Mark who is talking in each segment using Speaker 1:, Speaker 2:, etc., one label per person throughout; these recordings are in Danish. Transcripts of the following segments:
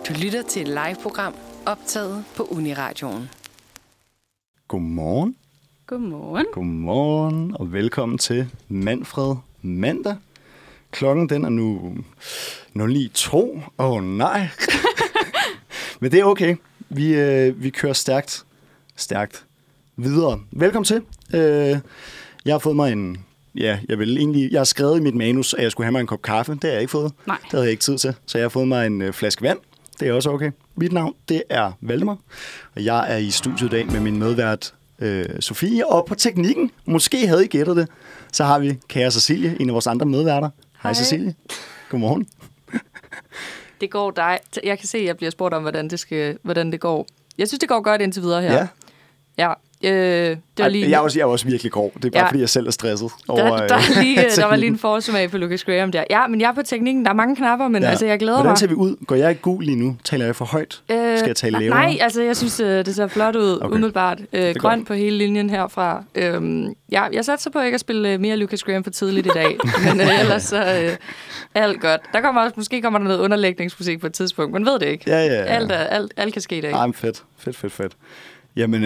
Speaker 1: Du lytter til et live-program optaget på Uniradioen.
Speaker 2: Godmorgen.
Speaker 3: Godmorgen.
Speaker 2: Godmorgen, og velkommen til Manfred Mandag. Klokken den er nu 09:02. Nej. Men det er okay. Vi kører stærkt videre. Velkommen til. Jeg har fået mig en... Ja, jeg har skrevet i mit manus, at jeg skulle have mig en kop kaffe. Det har jeg ikke fået.
Speaker 3: Nej.
Speaker 2: Det havde jeg ikke tid til. Så jeg har fået mig en flaske vand. Det er også okay. Mit navn, det er Valdemar. Og jeg er i studiet i dag med min medvært Sofie. Og på teknikken, måske havde I gættet det, så har vi kære Cecilie, en af vores andre medværter. Hej Cecilie. Godmorgen.
Speaker 3: Det går dig. Jeg kan se, at jeg bliver spurgt om, hvordan det går. Jeg synes, det går godt indtil videre her. Ja. Det var lige...
Speaker 2: Jeg er også virkelig grov. Det er bare, fordi jeg selv er stresset over
Speaker 3: der var lige en forsmag på Lucas Graham der. Ja, men jeg er på teknikken. Der er mange knapper, men altså, jeg glæder mig.
Speaker 2: Hvordan ser vi ud? Går jeg ikke gul lige nu? Taler jeg for højt? Skal jeg tale lavere?
Speaker 3: Nej, altså jeg synes, det ser flot ud, umiddelbart. Grøn på hele linjen herfra. Jeg satser på ikke at spille mere Lucas Graham for tidligt i dag, men ellers så alt godt. Måske kommer der noget underlægningsmusik på et tidspunkt, man ved det ikke.
Speaker 2: Ja.
Speaker 3: Alt kan ske i dag.
Speaker 2: Ej, fedt. Jamen,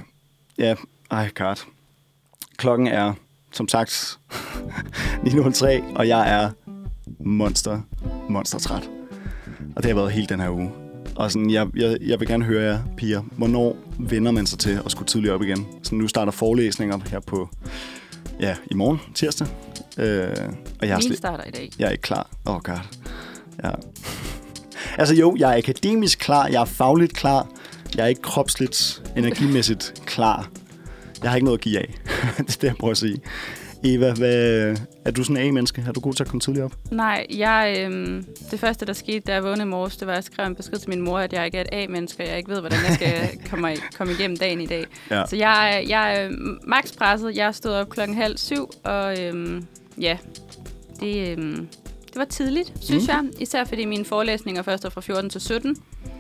Speaker 2: Kart. Klokken er, som sagt, 9:03, og jeg er monstertræt. Og det har været hele den her uge. Og sådan, jeg vil gerne høre jer, piger, hvornår vender man sig til at skulle tidligt op igen? Så nu starter forelæsninger her på, i morgen, tirsdag. Og jeg
Speaker 3: starter i dag.
Speaker 2: Jeg er ikke klar. God. Ja. Altså jo, jeg er akademisk klar, jeg er fagligt klar, jeg er ikke kropsligt, energimæssigt klar. Jeg har ikke noget at give af. Det er det, jeg prøver at sige. Eva, er du sådan en A-menneske? Er du god til at komme tidligt op?
Speaker 4: Nej, det første, der skete, da jeg vågnede i morges, det var, at jeg skrev en besked til min mor, at jeg ikke er et A-menneske, og jeg ikke ved, hvordan jeg skal komme igennem dagen i dag. Ja. Så jeg er max presset. Jeg stod op 6:30, og det var tidligt, synes jeg. Især fordi mine forelæsninger først er fra 14 til 17.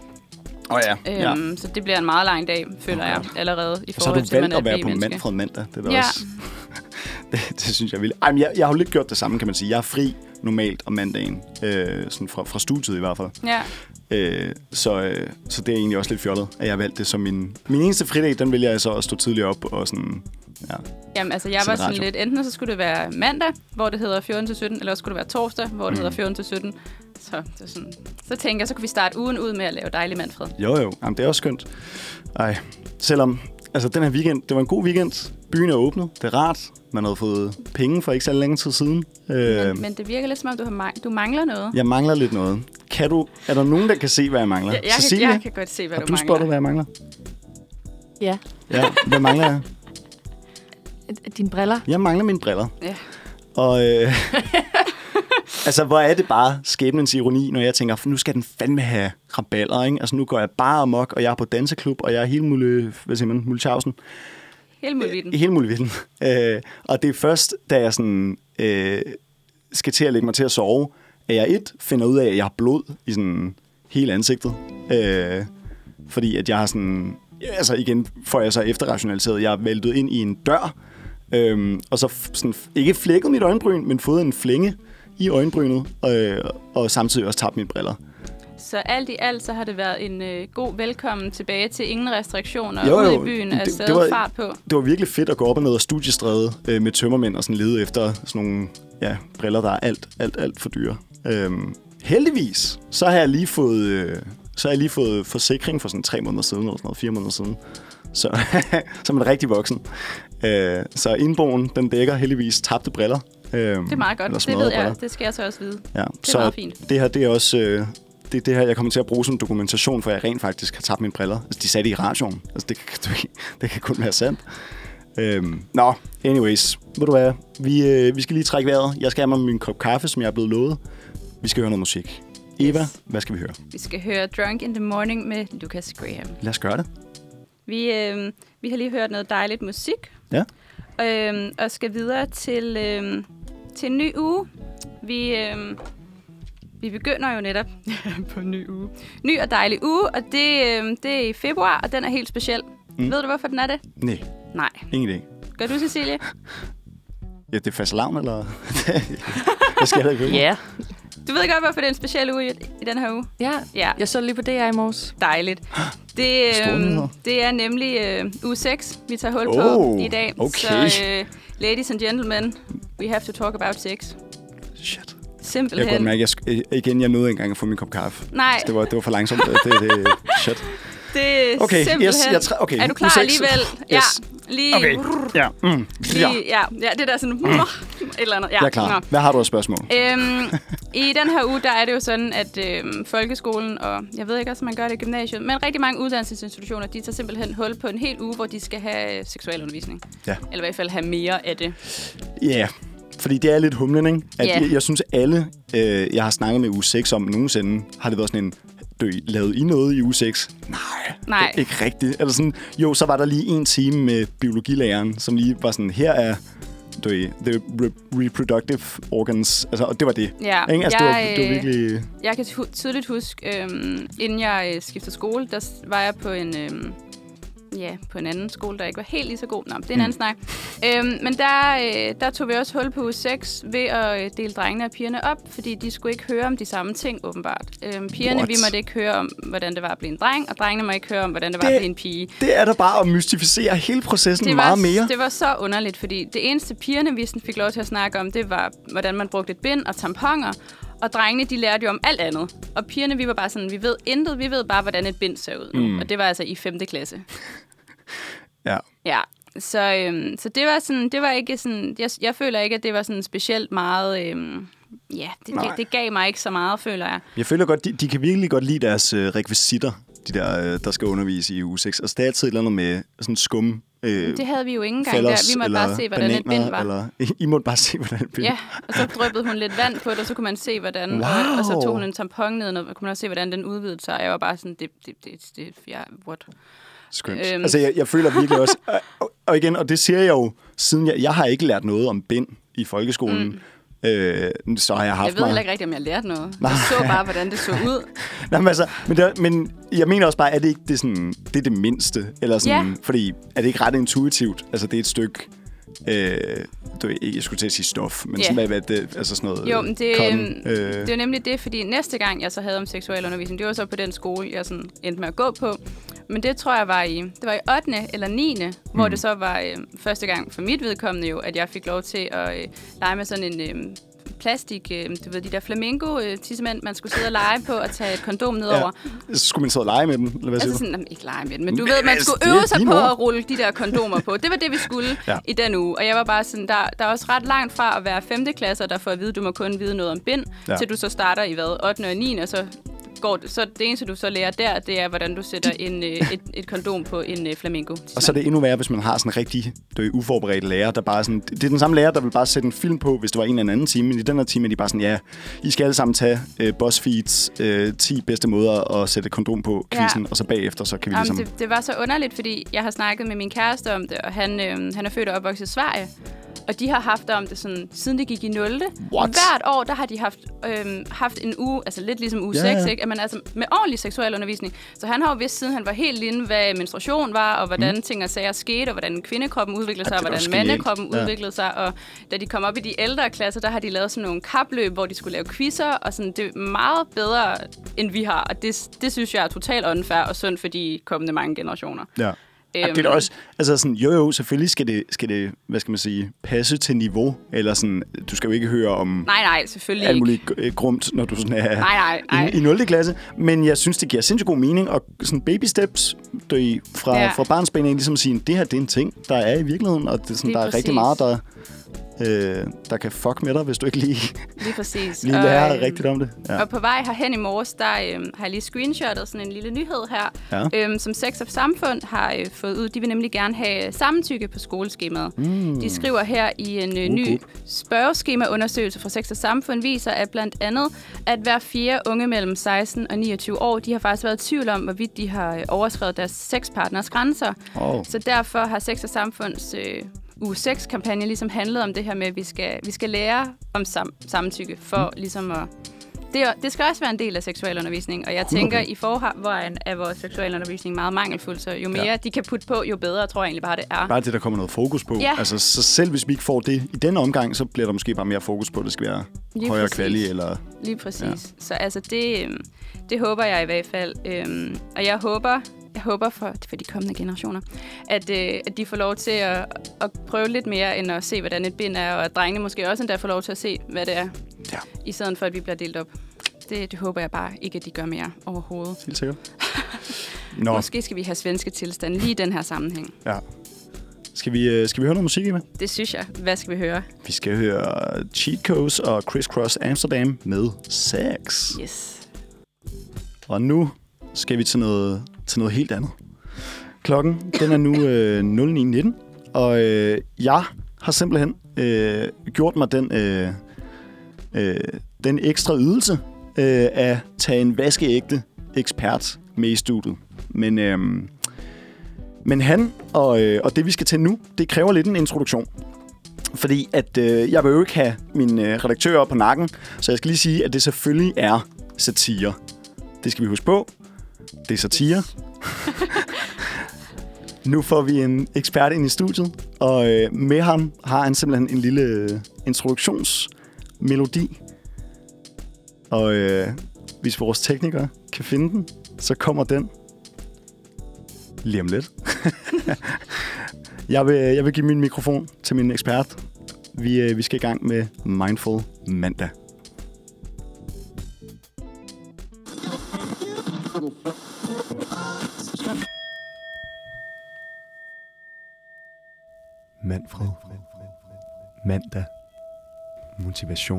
Speaker 4: Så det bliver en meget lang dag, føler jeg allerede, i forhold til, at man er et B-menneske. Så har du valgt at være på Manfred Mandag. Det er også... det synes jeg vildt. Jeg har jo lidt gjort det samme, kan man sige. Jeg er fri normalt om mandagen, sådan fra studiet i hvert fald. Ja. Så det er egentlig også lidt fjollet, at jeg har valgt det som min eneste fridag. Den vil jeg så at stå tidligt op og sådan... Ja. Jamen, altså, jeg var sådan lidt... Enten så skulle det være mandag, hvor det hedder 14 til 17, eller så skulle det være torsdag, hvor det hedder 14 til 17. Så tænker jeg, så kunne vi starte ugen ud med at lave dejlig Manfred.
Speaker 2: Jo. Jamen, det er også skønt. Selvom... Altså, den her weekend, det var en god weekend. Byen er åbnet. Det er rart. Man havde fået penge for ikke så længe tid siden.
Speaker 4: Men det virker lidt som om, du mangler noget.
Speaker 2: Jeg mangler lidt noget. Er der nogen, der kan se, hvad jeg mangler?
Speaker 4: Jeg kan godt se, hvad du mangler.
Speaker 2: Har du spottet, hvad jeg mangler?
Speaker 3: Ja.
Speaker 2: Hvad mangler jeg?
Speaker 3: Dine briller?
Speaker 2: Jeg mangler mine briller.
Speaker 4: Ja.
Speaker 2: Og altså, hvor er det bare skæbnens ironi, når jeg tænker, nu skal den fandme have raballer, ikke? Altså, nu går jeg bare amok, og jeg er på danseklub, og jeg er hele Mulchausen. Hele muligheden. Og det er først, da jeg sådan, skal til at lægge mig til at sove, at jeg finder ud af, at jeg har blod i sådan hele ansigtet. Fordi at jeg har sådan... Altså igen får jeg så efterrationaliseret. Jeg er væltet ind i en dør, og så sådan, ikke flækket mit øjenbryn, men fået en flænge i øjenbrynet, og samtidig også tabt mine briller.
Speaker 4: Så alt i alt, så har det været en god velkommen tilbage til ingen restriktioner ude i byen, af stadig fart på. Det
Speaker 2: var virkelig fedt at gå op og ned ad Studiestræde med tømmermænd og sådan lede efter sådan nogle briller, der er alt for dyre. Heldigvis, så har jeg lige fået forsikring for sådan 3 måneder siden, eller sådan noget, 4 måneder siden. Så som en rigtig voksen. Så indboen, den dækker heldigvis tabte briller.
Speaker 4: Det er meget godt, det ved jeg. Det skal jeg så også vide. Ja. Det er meget fint.
Speaker 2: Det her, det er også... Det her, jeg kommer til at bruge som dokumentation, for jeg rent faktisk har tabt mine briller. Altså, de satte i radioen. Altså, det kan kun være sandt. Anyways. Ved du hvad? Vi skal lige trække vejret. Jeg skal have mig min kop kaffe, som jeg er blevet lovet. Vi skal høre noget musik. Eva, hvad skal vi høre?
Speaker 4: Vi skal høre Drunk in the Morning med Lucas Graham.
Speaker 2: Lad os gøre det.
Speaker 4: Vi har lige hørt noget dejligt musik.
Speaker 2: Ja.
Speaker 4: Og skal videre til en ny uge. Vi begynder jo netop på en ny uge. Ny og dejlig uge, og det er i februar, og den er helt speciel. Ved du, hvorfor den er det? Nej.
Speaker 2: Ingen idé.
Speaker 4: Gør du, Cecilie?
Speaker 2: Ja, det er fastelavn, eller? Hvad skal der ikke?
Speaker 3: Ja.
Speaker 4: Du ved godt, hvorfor det er en speciel uge i den her uge?
Speaker 3: Ja. Jeg så lige på DR i morges.
Speaker 4: Dejligt. Det er nemlig uge 6, vi tager hul på i dag.
Speaker 2: Okay.
Speaker 4: Så ladies and gentlemen, we have to talk about sex.
Speaker 2: Shit.
Speaker 4: Simpelthen.
Speaker 2: Jeg kan godt mærke, jeg nåede engang at få min kop kaffe.
Speaker 4: Nej.
Speaker 2: Det var for langsomt. Shit.
Speaker 4: Det er simpelthen...
Speaker 2: Okay.
Speaker 4: Er du klar alligevel?
Speaker 2: Yes.
Speaker 4: Ja. Lige...
Speaker 2: Okay. Ja.
Speaker 4: Ja, det der sådan... Et eller andet. Ja.
Speaker 2: Jeg er klar. Hvad har du af spørgsmål?
Speaker 4: I den her uge, der er det jo sådan, at folkeskolen, og jeg ved ikke også, om man gør det i gymnasiet, men rigtig mange uddannelsesinstitutioner, de tager simpelthen hul på en hel uge, hvor de skal have seksualundervisning. Ja. Eller i hvert fald have mere af det.
Speaker 2: Ja. Yeah. Fordi det er lidt humlen, ikke? At jeg synes, alle, jeg har snakket med uge 6 om nogensinde, har det været sådan en... Lavede I noget i uge 6? Nej. Ikke rigtigt. Eller sådan, jo, så var der lige en time med biologilæreren, som lige var sådan, her er the reproductive organs. Altså, og det var det.
Speaker 4: Ja.
Speaker 2: Ikke? Altså, det var virkelig...
Speaker 4: Jeg kan tydeligt huske, inden jeg skiftede skole, der var jeg på en... på en anden skole, der ikke var helt lige så god. Nå, det er en anden snak. Men der tog vi også hul på uge 6 ved at dele drengene og pigerne op, fordi de skulle ikke høre om de samme ting, åbenbart. Pigerne, vi måtte ikke høre om, hvordan det var at blive en dreng, og drengene må ikke høre om, hvordan det var at blive en pige.
Speaker 2: Det er da bare at mystificere hele processen meget mere.
Speaker 4: Det var så underligt, fordi det eneste pigerne, vi fik lov til at snakke om, det var, hvordan man brugte et bind og tamponer. Og drengene, de lærte jo om alt andet. Og pigerne, vi var bare sådan, vi ved intet, vi ved bare, hvordan et bind ser ud nu. Og det var altså i 5. klasse. Ja. Så det var sådan, det var ikke sådan, jeg føler ikke, at det var sådan specielt meget, det gav mig ikke så meget, føler jeg.
Speaker 2: Jeg føler godt, de kan virkelig godt lide deres rekvisitter, de der skal undervise i uge 6. Altså, det er altid et eller andet med sådan skum.
Speaker 4: Det havde vi jo ikke engang der. Vi måtte bare se, hvordan et bind var.
Speaker 2: Eller, I måtte bare se, hvordan et bind.
Speaker 4: Ja, og så dryppede hun lidt vand på det, og så kunne man se, hvordan...
Speaker 2: Wow.
Speaker 4: Og så tog hun en tampon ned, og kunne man også se, hvordan den udvidede sig. Jeg var bare sådan, what?
Speaker 2: Skønt. Altså, jeg føler virkelig også... Og igen, og det siger jeg jo, siden jeg har ikke lært noget om bind i folkeskolen. Så har jeg haft
Speaker 4: Jeg ved heller ikke rigtigt, om jeg lærte noget. Jeg så bare, hvordan det så ud.
Speaker 2: Nej, men, altså, men jeg mener også bare, at det ikke det sådan, det er det mindste. Eller sådan, fordi er det ikke ret intuitivt? Altså, det er et stykke... jeg skulle til at sige stof, men sådan, hvad det, altså sådan noget...
Speaker 4: Jo, men det er jo nemlig det, fordi næste gang, jeg så havde om seksualundervisning, det var så på den skole, jeg sådan endte med at gå på. Men det tror jeg var i 8. eller 9. Hvor det så var første gang for mit vedkommende jo, at jeg fik lov til at lege med sådan en... plastik, du ved, de der flamingo-tissemænd, man skulle sidde og lege på og tage et kondom nedover.
Speaker 2: Ja. Så skulle man sidde og lege med den, eller hvad siger du?
Speaker 4: Sådan, ikke lege med den, men du ved, man skulle øve sig på at rulle de der kondomer på. Det var det, vi skulle i den uge. Og jeg var bare sådan, der er også ret langt fra at være 5. klasser, der får at vide, du må kun vide noget om bind, til du så starter i 8. og 9. og så det eneste, du så lærer der, det er, hvordan du sætter et kondom på en flamingo.
Speaker 2: Og så er det endnu værre, hvis man har sådan en rigtig uforberedt lærer, der bare sådan... Det er den samme lærer, der vil bare sætte en film på, hvis det var en eller anden time. Men i den her time er de bare sådan, ja, I skal alle sammen tage BuzzFeeds 10 bedste måder at sætte et kondom på quizzen, og så bagefter, så kan vi ligesom...
Speaker 4: Det var så underligt, fordi jeg har snakket med min kæreste om det, og han er født og opvokset i Sverige. Og de har haft om det sådan, siden det gik i 0. Hvert år, der har de haft en uge, altså lidt ligesom uge 6, ikke? At man, altså, med ordentlig seksuel undervisning. Så han har jo vidst, siden han var helt lille, hvad menstruation var, og hvordan ting og sager skete, og hvordan kvindekroppen udviklede sig, og hvordan mandekroppen udviklede sig. Og da de kom op i de ældre klasser, der har de lavet sådan nogle kapløb, hvor de skulle lave quizzer, og sådan, det er meget bedre, end vi har. Og det synes jeg er totalt unfair og synd for de kommende mange generationer.
Speaker 2: Ja. Det er også, altså sådan, jo, selvfølgelig skal det, hvad skal man sige, passe til niveau, eller sådan, du skal jo ikke høre om
Speaker 4: nej, selvfølgelig
Speaker 2: alt muligt grumt, når du sådan er
Speaker 4: nej.
Speaker 2: I 0. klasse, men jeg synes, det giver sindssygt god mening, og sådan baby steps fra barnsben af, ligesom at sige, det her, det er en ting, der er i virkeligheden, og det er sådan, der er rigtig meget, der kan fuck med dig, hvis du ikke lige lærer rigtigt om det. Ja.
Speaker 4: Og på vej herhen i morges, der har jeg lige screenshottet sådan en lille nyhed her, som Sex og Samfund har fået ud. De vil nemlig gerne have samtykke på skoleskemaet. De skriver her i en ny spørgeskemaundersøgelse fra Sex og Samfund, viser, at blandt andet, at hver 4. unge mellem 16 og 29 år, de har faktisk været i tvivl om, hvorvidt de har overskrevet deres sexpartners grænser. Så derfor har Sex og Samfunds uge 6-kampagne ligesom handlet om det her med, at vi skal lære om samtykke for ligesom at det skal også være en del af seksualundervisning, og jeg tænker, i forvejen er vores seksualundervisning meget mangelfuld, så jo mere de kan putte på, jo bedre, tror jeg egentlig bare, det er.
Speaker 2: Bare det, der kommer noget fokus på.
Speaker 4: Ja.
Speaker 2: Altså, så selv hvis vi ikke får det i denne omgang, så bliver der måske bare mere fokus på, at det skal være lige højere kvalitet. Eller...
Speaker 4: Lige præcis. Ja. Så altså, det håber jeg i hvert fald. Og jeg håber for de kommende generationer, at de får lov til at prøve lidt mere, end at se, hvordan et bind er, og at drengene måske også endda får lov til at se, hvad det er, i stedet for, at vi bliver delt op. Det håber jeg bare ikke, at de gør mere overhovedet.
Speaker 2: Helt sikkert.
Speaker 4: Måske skal vi have svenske tilstande lige i den her sammenhæng.
Speaker 2: Ja. Skal vi høre noget musik, Eva?
Speaker 4: Det synes jeg. Hvad skal vi høre?
Speaker 2: Vi skal høre Cheat Codes og Criss Cross Amsterdam med Sex.
Speaker 4: Yes.
Speaker 2: Og nu skal vi til noget helt andet. Klokken, den er nu 09:19, og jeg har simpelthen gjort mig den ekstra ydelse at tage en vaskeægte ekspert med i studiet. Men han og det, vi skal til nu, det kræver lidt en introduktion. Fordi at jeg vil jo ikke have min redaktør op på nakken, så jeg skal lige sige, at det selvfølgelig er satire. Det skal vi huske på. Det er satire. Nu får vi en ekspert ind i studiet, og med ham har han simpelthen en lille introduktionsmelodi. Og hvis vores teknikere kan finde den, så kommer den lige om lidt. Jeg vil give min mikrofon til min ekspert. Vi skal i gang med Mindful Mandag. Manfred. Mandag. Motivation.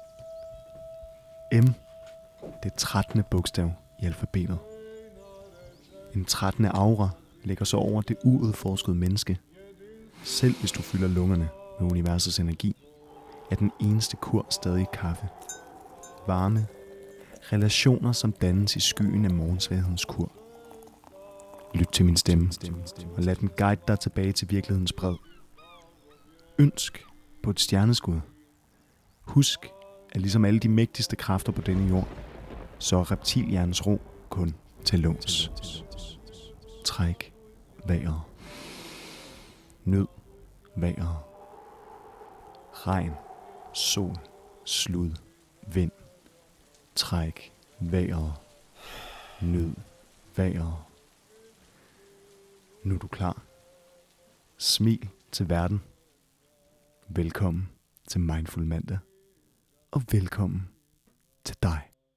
Speaker 2: M. Det 13. bogstav i alfabetet. En 13. aura lægger sig over det uudforskede menneske. Selv hvis du fylder lungerne med universets energi, er den eneste kur stadig kaffe. Varme. Relationer, som dannes i skyen af morgensværhedens kur. Lyt til min stemme, og lad den guide dig tilbage til virkelighedens bred. Ønsk på et stjerneskud. Husk, at ligesom alle de mægtigste kræfter på denne jord, så er reptilhjernens ro kun til låns. Træk vejret. Nyd vejret. Regn, sol, slud, vind. Træk vejret. Nyd vejret. Nu er du klar. Smil til verden. Velkommen til Mindful Mandag. Og velkommen til dig.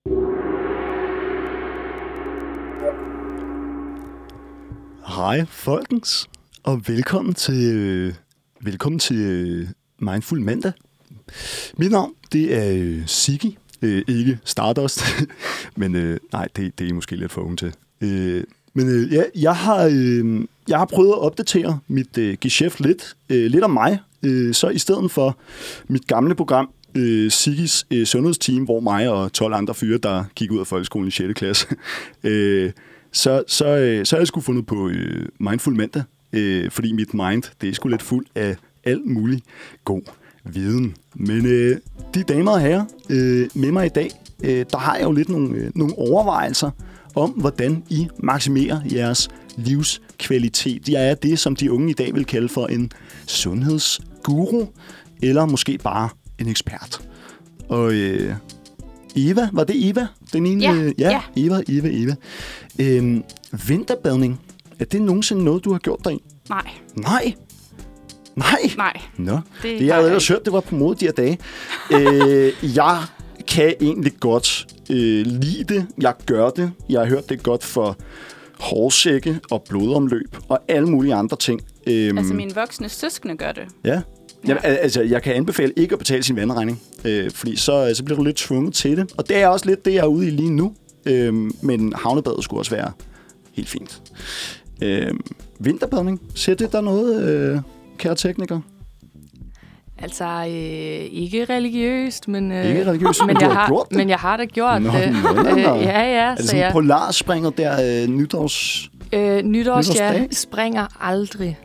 Speaker 2: Hej folkens, og velkommen til Mindful Mandag. Mit navn, det er Siggy, ikke Stardust, men nej, det er måske lidt for unge til. Jeg har prøvet at opdatere mit geschæft lidt om mig, så i stedet for mit gamle program, Siggys sundhedsteam, hvor mig og 12 andre fyre, der gik ud af folkeskolen i 6. klasse, så har jeg sgu fundet på Mindful Mandag, fordi mit mind, det er sgu lidt fuld af alt muligt god viden. Men de damer og herrer med mig i dag, der har jeg jo lidt nogle overvejelser om, hvordan I maksimerer jeres livskvalitet. Jeg er det, som de unge i dag vil kalde for en sundhedsguru, eller måske bare en ekspert. Og Eva, var det Eva? Den ene? Ja. Eva. Vinterbadning, er det nogensinde noget, du har gjort dig i? Nej? Nå, det jeg havde ellers hørt, det var på mode de her dage. Jeg kan egentlig godt lide det. Jeg gør det. Jeg har hørt det godt for hårsække og blodomløb og alle mulige andre ting.
Speaker 4: Altså mine voksne søskende gør det.
Speaker 2: Ja. Jamen, altså, jeg kan anbefale ikke at betale sin vandregning, fordi så bliver du lidt tvunget til det. Og det er også lidt det, jeg er ude i lige nu. Men havnebadet skulle også være helt fint. Vinterbadning, ser det der noget, kære tekniker?
Speaker 3: Altså, ikke religiøst, men...
Speaker 2: Ikke religiøst,
Speaker 3: men jeg har da gjort det. Ja.
Speaker 2: Er det sådan polarspringet der nytårsdag?
Speaker 3: Nytårs, ja, springer aldrig.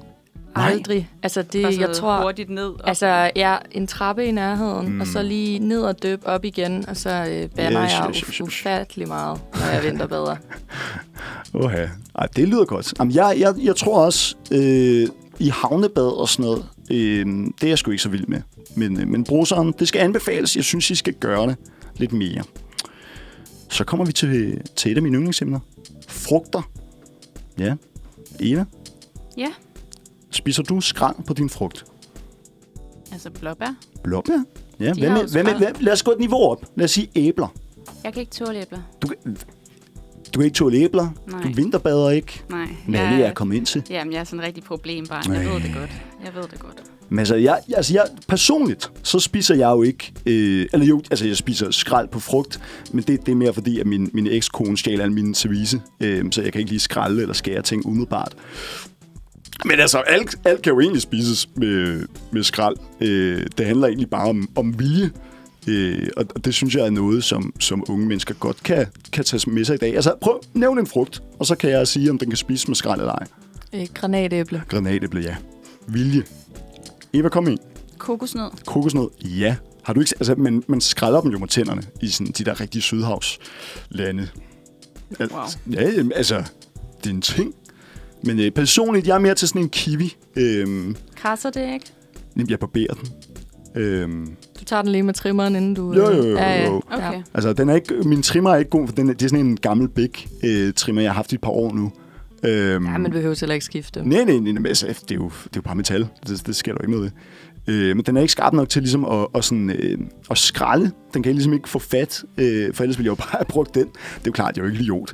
Speaker 3: Aldrig. Altså, det, jeg tror...
Speaker 4: hurtigt ned.
Speaker 3: Altså, en trappe i nærheden, og så lige ned og døb op igen, og så bander jeg ufattelig meget, når jeg vinterbader.
Speaker 2: Ej, det lyder godt. Jamen, jeg tror også, i havnebad og sådan noget, det er jeg sgu ikke så vild med. Men bruseren, det skal anbefales. Jeg synes, I skal gøre det lidt mere. Så kommer vi til et af mine yndlingsemner. Frugter. Ja. Eva?
Speaker 4: Ja.
Speaker 2: Spiser du skrald på din frugt?
Speaker 4: Altså blåbær?
Speaker 2: Blåbær? Ja. Lad os gå et niveau op. Lad os sige æbler.
Speaker 4: Jeg kan ikke tåle æbler.
Speaker 2: Du kan ikke tåle æbler?
Speaker 4: Nej.
Speaker 2: Du vinterbader ikke?
Speaker 4: Nej.
Speaker 2: Nalle er kommet ind til?
Speaker 4: Jamen, jeg er sådan en rigtig problembarn. Jeg ved det godt.
Speaker 2: Men altså, jeg personligt, så spiser jeg jo ikke... jeg spiser skrald på frugt, men det er mere fordi, at min ekskone stjæler al min service, så jeg kan ikke lige skralde eller skære ting umiddelbart. Men altså, alt kan jo egentlig spises med skrald. Det handler egentlig bare om vilje. Og det synes jeg er noget, som unge mennesker godt kan tage med sig i dag. Altså, prøv at nævne en frugt, og så kan jeg sige, om den kan spises med skrald eller ej.
Speaker 3: Granatæble.
Speaker 2: Granatæble, ja. Vilje. Eva, kom ind.
Speaker 4: Kokosnød,
Speaker 2: ja. Har du ikke... Altså, man skræller dem jo med tænderne i sådan de der rigtige sydhavslande.
Speaker 4: Wow.
Speaker 2: Ja, altså, det er en ting. Men personligt, jeg er mere til sådan en kiwi.
Speaker 4: Krasser det ikke?
Speaker 2: Jeg barberer den.
Speaker 3: Du tager den lige med trimmeren, inden du...
Speaker 2: Jo.
Speaker 4: Okay.
Speaker 2: Altså, min trimmer er ikke god, for det er sådan en gammel big trimmer, jeg har haft i et par år nu.
Speaker 3: Men behøver heller ikke skifte.
Speaker 2: Nej, altså, det er jo bare metal. Det sker der ikke noget ved. Men den er ikke skarp nok til ligesom at skralde. Den kan ligesom ikke få fat, for ellers ville jeg jo bare have brugt den. Det er jo klart, jeg er jo ikke idiot.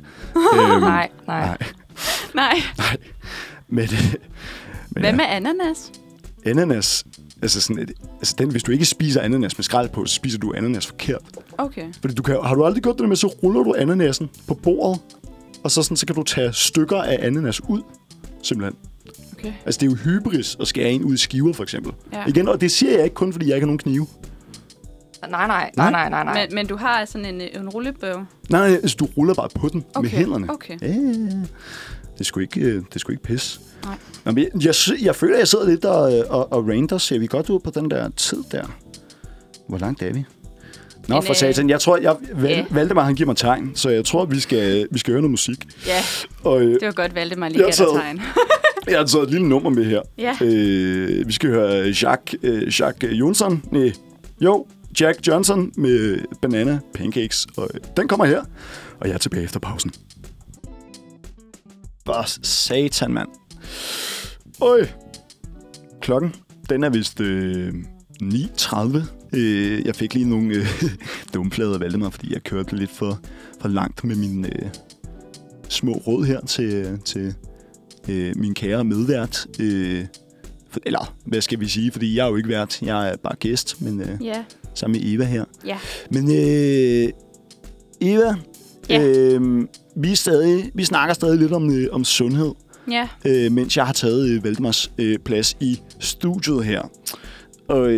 Speaker 3: Nej.
Speaker 2: Men
Speaker 4: hvad med ananas?
Speaker 2: Ananas, hvis du ikke spiser ananas med skrald på, så spiser du ananas forkert.
Speaker 4: Okay.
Speaker 2: Fordi har du aldrig gjort det med, så ruller du ananasen på bordet, og så kan du tage stykker af ananas ud, simpelthen.
Speaker 4: Okay.
Speaker 2: Altså, det er jo hybris at skære en ud i skiver, for eksempel.
Speaker 4: Ja.
Speaker 2: Igen, og det siger jeg ikke kun, fordi jeg ikke har nogen knive.
Speaker 3: Nej.
Speaker 4: Men du har sådan en rullebøv?
Speaker 2: Nej, altså, du ruller bare på den med hænderne.
Speaker 4: Okay.
Speaker 2: Ja. Det er sgu ikke pis.
Speaker 4: Nej.
Speaker 2: Men jeg føler, at jeg sidder lidt og rander. Ser vi godt ud på den der tid der? Hvor langt er vi? Nå, for satan. Jeg tror, Valdemar, han giver mig tegn, så jeg tror, vi skal høre noget musik.
Speaker 4: Ja, og, det var godt, Valdemar lige gav dig tegn.
Speaker 2: Jeg har taget et lille nummer med her.
Speaker 4: Ja.
Speaker 2: Vi skal høre Jack Johnson. Jack Johnson med Banana Pancakes. Og den kommer her, og jeg er tilbage efter pausen. For satan, mand. Klokken, den er vist 9:30. Jeg fik lige nogle dumplader af Valdemar, fordi jeg kørte lidt for langt med mine små råd her til min kære medvært. Eller, hvad skal vi sige? Fordi jeg er jo ikke vært. Jeg er bare gæst, men sammen med Eva her.
Speaker 4: Ja.
Speaker 2: Men Eva, vi snakker stadig lidt om sundhed.
Speaker 4: Ja.
Speaker 2: Mens jeg har taget Valdemars plads i studiet her. Og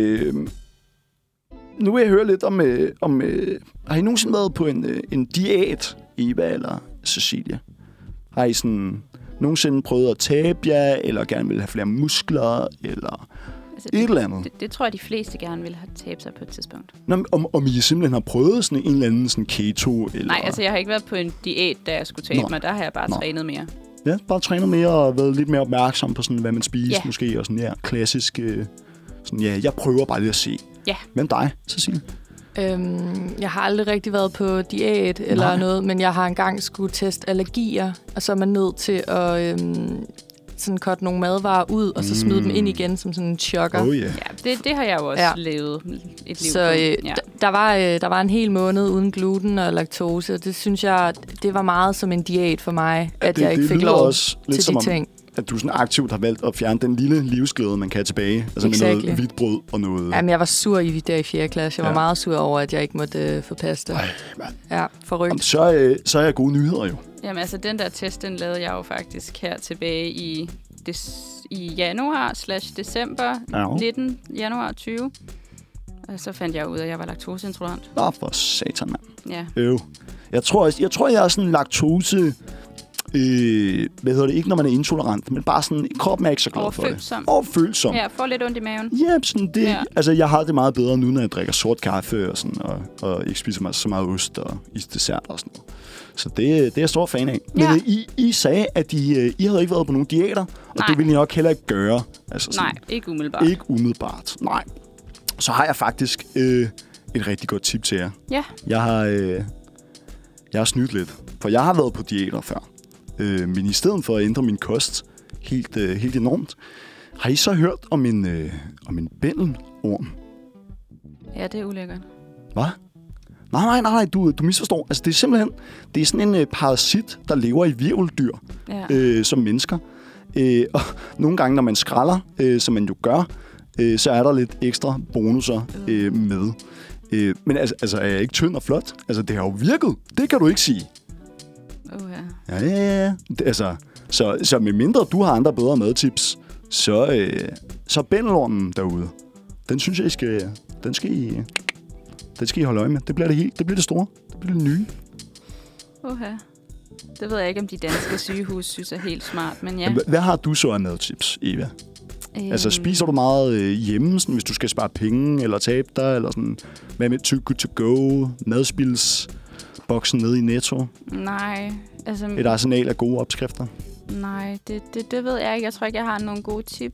Speaker 2: nu vil jeg høre lidt om har I nogensinde været på en diæt, Eva eller Cecilia? Har I sådan nogensinde prøvet at tabe jer, eller gerne vil have flere muskler, eller et eller andet?
Speaker 4: Det tror jeg, de fleste gerne vil have tabt sig på et tidspunkt.
Speaker 2: Nå, om I simpelthen har prøvet sådan en eller anden sådan keto? Eller?
Speaker 4: Nej, altså jeg har ikke været på en diæt, da jeg skulle tabe mig. Der har jeg bare trænet mere.
Speaker 2: Ja, bare trænet mere og været lidt mere opmærksom på, sådan, hvad man spiser måske, og sådan, klassisk. Jeg prøver bare lige at se.
Speaker 4: Ja.
Speaker 2: Hvem dig, Cecilie?
Speaker 3: Jeg har aldrig rigtig været på diæt eller noget, men jeg har engang skulle teste allergier, og så er man nødt til at sådan cutte nogle madvarer ud, og så smide dem ind igen som sådan en chokker.
Speaker 2: Oh, yeah.
Speaker 4: Ja, det har jeg jo også levet et liv
Speaker 3: så, der var en hel måned uden gluten og laktose, og det synes jeg, det var meget som en diæt for mig, at jeg ikke fik lov til de ting.
Speaker 2: At du sådan aktivt har valgt at fjerne den lille livsglæde, man kan have tilbage. Altså med noget hvidt brød og noget...
Speaker 3: Jamen, jeg var sur der i 4. klasse. Jeg var meget sur over, at jeg ikke måtte få pasta. Ja, forrygt.
Speaker 2: Så er jeg gode nyheder jo.
Speaker 4: Jamen, altså den der test, den lavede jeg jo faktisk her tilbage i januar/december. 19. januar 20. Og så fandt jeg ud af, at jeg var laktoseintolerant.
Speaker 2: Nå, for satan, mand.
Speaker 4: Ja.
Speaker 2: Jeg tror, jeg er sådan laktose... ikke når man er intolerant, men bare sådan, kroppen er ikke så glad for det. Overfølsom.
Speaker 4: Ja, får lidt ondt i maven.
Speaker 2: Ja, sådan det. Ja. Altså, jeg har det meget bedre nu, når jeg drikker sort kaffe og sådan, og ikke spiser så meget ost og isdessert og sådan noget. Så det er jeg stor fan af. Ja. Men I sagde, at I havde ikke været på nogen diæter, og det ville I nok heller ikke gøre. Altså, sådan,
Speaker 4: ikke umiddelbart.
Speaker 2: Ikke umiddelbart, nej. Så har jeg faktisk et rigtig godt tip til jer.
Speaker 4: Ja.
Speaker 2: Jeg har snydt lidt, for jeg har været på diæter før. Men i stedet for at ændre min kost helt enormt, har I så hørt om en bændelorm?
Speaker 4: Ja, det er ulækkert.
Speaker 2: Hvad? Nej, du misforstår. Altså, det er sådan en parasit, der lever i hvirveldyr, som mennesker. Og nogle gange, når man skralder, som man jo gør, så er der lidt ekstra bonusser med. Men altså, er jeg ikke tynd og flot? Altså, det har jo virket. Det kan du ikke sige. Ja. Så med mindre du har andre bedre madtips, så bændelormen derude, den synes jeg, den skal I holde øje med. Det bliver det store. Det bliver det nye.
Speaker 4: Det ved jeg ikke, om de danske sygehus synes er helt smart, men ja.
Speaker 2: Hvad har du så af madtips, Eva? Altså, spiser du meget hjemme, sådan, hvis du skal spare penge, eller tabe dig, eller sådan, hvad med Too Good To Go, madspilsboksen nede i Netto?
Speaker 4: Nej. Altså,
Speaker 2: et arsenal af gode opskrifter?
Speaker 4: Nej, det ved jeg ikke. Jeg tror ikke, jeg har nogle gode tips.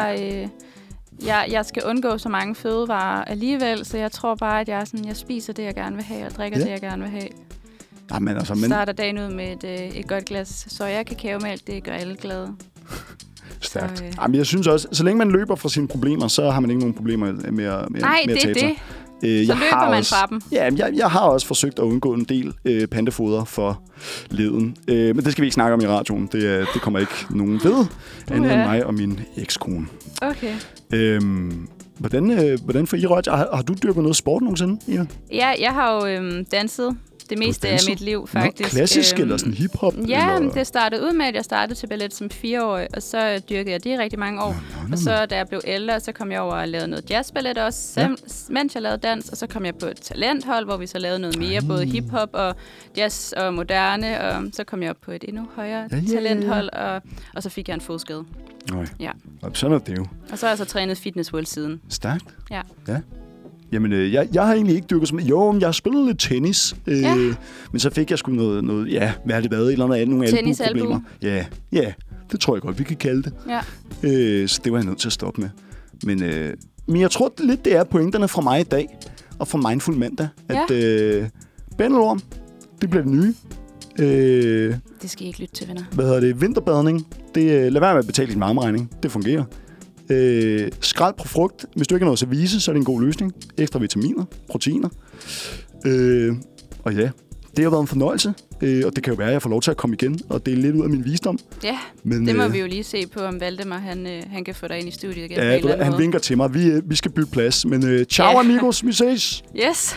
Speaker 4: Jeg skal undgå så mange fødevarer alligevel, så jeg tror bare, at jeg spiser det, jeg gerne vil have, og drikker det, jeg gerne vil have.
Speaker 2: Jamen, altså,
Speaker 4: starter dagen ud med et godt glas soja, kakaomælk, det gør alle glade.
Speaker 2: Stærkt. Jamen, jeg synes også, så længe man løber fra sine problemer, så har man ikke nogen problemer med at tabe sig.
Speaker 4: Nej, det er det. Så løber man fra dem.
Speaker 2: Ja, jeg har også forsøgt at undgå en del pantefoder for leden. Men det skal vi ikke snakke om i radioen. Det kommer ikke nogen ved, andet end mig og min ekskone.
Speaker 4: Okay.
Speaker 2: Hvordan får I rødt? Har du dyrket noget sport nogensinde, Eva?
Speaker 4: Ja, jeg har jo danset det meste af mit liv, faktisk.
Speaker 2: Klassisk eller sådan hiphop?
Speaker 4: Ja, eller? Det startede ud med, at jeg startede til ballet som 4-årig, og så dyrkede jeg det rigtig mange år. Og så, da jeg blev ældre, så kom jeg over og lavede noget jazzballet også, mens jeg lavede dans, og så kom jeg på et talenthold, hvor vi så lavede noget mere, både hiphop og jazz og moderne, og så kom jeg op på et endnu højere talenthold, og så fik jeg en fodskade. Ja.
Speaker 2: Sådan er det jo.
Speaker 4: Og så har jeg så trænet Fitness World siden.
Speaker 2: Stærkt.
Speaker 4: Ja.
Speaker 2: Jamen, jeg har egentlig ikke dyrket så meget. Jo, jeg har spillet lidt tennis. Men så fik jeg sgu noget hvad har det været? Et eller andet nogle albueproblemer. Ja, det tror jeg godt, vi kan kalde det.
Speaker 4: Ja.
Speaker 2: Så det var jeg nødt til at stoppe med. Men jeg tror lidt, det er pointerne fra mig i dag, og fra Mindful Mandag, at bændelorm, det bliver det nye.
Speaker 4: Det skal I ikke lytte til, venner.
Speaker 2: Hvad hedder det? Vinterbadning. Lad være med at betale din varmeregning. Det fungerer. Skrald på frugt. Hvis du ikke har noget service, så er det en god løsning. Ekstra vitaminer, proteiner. Og ja, det har været en fornøjelse. Og det kan jo være, at jeg får lov til at komme igen og dele lidt ud af min visdom.
Speaker 4: Ja, men, det må vi jo lige se på, om Valdemar han kan få dig ind i studiet igen.
Speaker 2: Ja, han vinker til mig. Vi skal bytte plads. Men ciao amigos, vi ses.
Speaker 4: Yes.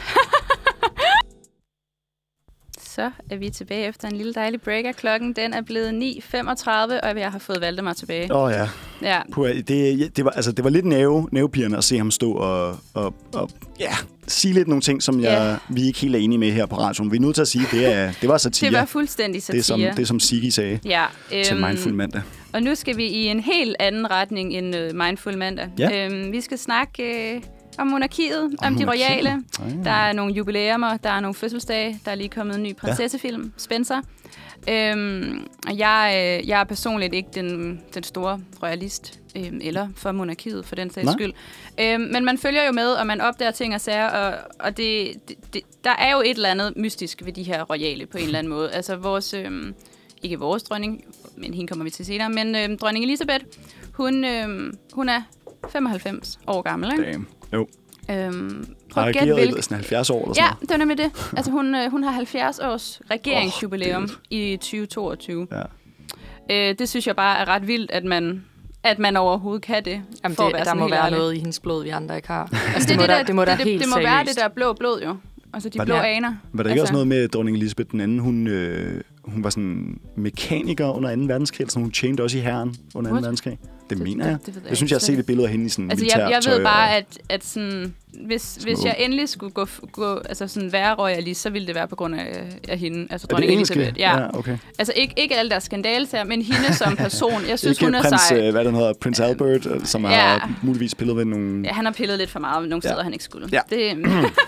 Speaker 4: Så er vi tilbage efter en lille dejlig breaker. Klokken den er blevet 9:35, og jeg har fået Valdemar tilbage.
Speaker 2: Ja. Det var lidt nervepirrende at se ham stå og sige lidt nogle ting, som vi ikke helt er enige med her på radioen. Vi er nødt til at sige, det var satire.
Speaker 4: Det var fuldstændig satire.
Speaker 2: Det som Sigge sagde til Mindful Mandag.
Speaker 4: Og nu skal vi i en helt anden retning end Mindful Mandag.
Speaker 2: Ja.
Speaker 4: Vi skal snakke om monarkiet, om de royale. Der er nogle jubilæumer, der er nogle fødselsdage. Der er lige kommet en ny prinsessefilm, Spencer. Og jeg er personligt ikke den store royalist, eller for monarkiet, for den sags skyld. Men man følger jo med, og man opdager ting og sager, og der er jo et eller andet mystisk ved de her royale på en eller anden måde. Altså vores, ikke vores dronning, men hende kommer vi til senere, men dronning Elisabeth, hun er 95 år gammel, ikke?
Speaker 2: Damn. Jo.
Speaker 4: Prøv at gætte,
Speaker 2: sådan 70 år eller sådan
Speaker 4: noget. Ja, det var nemlig det. Altså, hun har 70 års regeringsjubilæum i 2022.
Speaker 2: Ja.
Speaker 4: Det synes jeg bare er ret vildt, at man overhovedet kan det.
Speaker 3: Jamen, der må være noget i hendes blod, vi andre ikke har. Altså,
Speaker 4: det må være det der blå blod, jo. Altså, de blå aner.
Speaker 2: Var der ikke også noget med dronning Elisabeth den anden? Hun var sådan mekaniker under 2. verdenskrig, så hun tjente også i hæren under 2. verdenskrig. Det mener jeg. Jeg synes, jeg har set et billede af hende i sådan
Speaker 4: altså, jeg ved bare, at sådan, hvis jeg endelig skulle gå altså sådan være royalist, så ville det være på grund af hende. Altså dronning Elisabeth.
Speaker 2: Ja, okay.
Speaker 4: Altså ikke alle deres skandalesager, men hende som person. Jeg synes,
Speaker 2: ikke
Speaker 4: hun er sej.
Speaker 2: Hvad den hedder, Prince Albert, som har muligvis pillet ved nogle...
Speaker 4: Ja, han har pillet lidt for meget nogle steder, han ikke skulle.
Speaker 2: Ja.
Speaker 4: Det,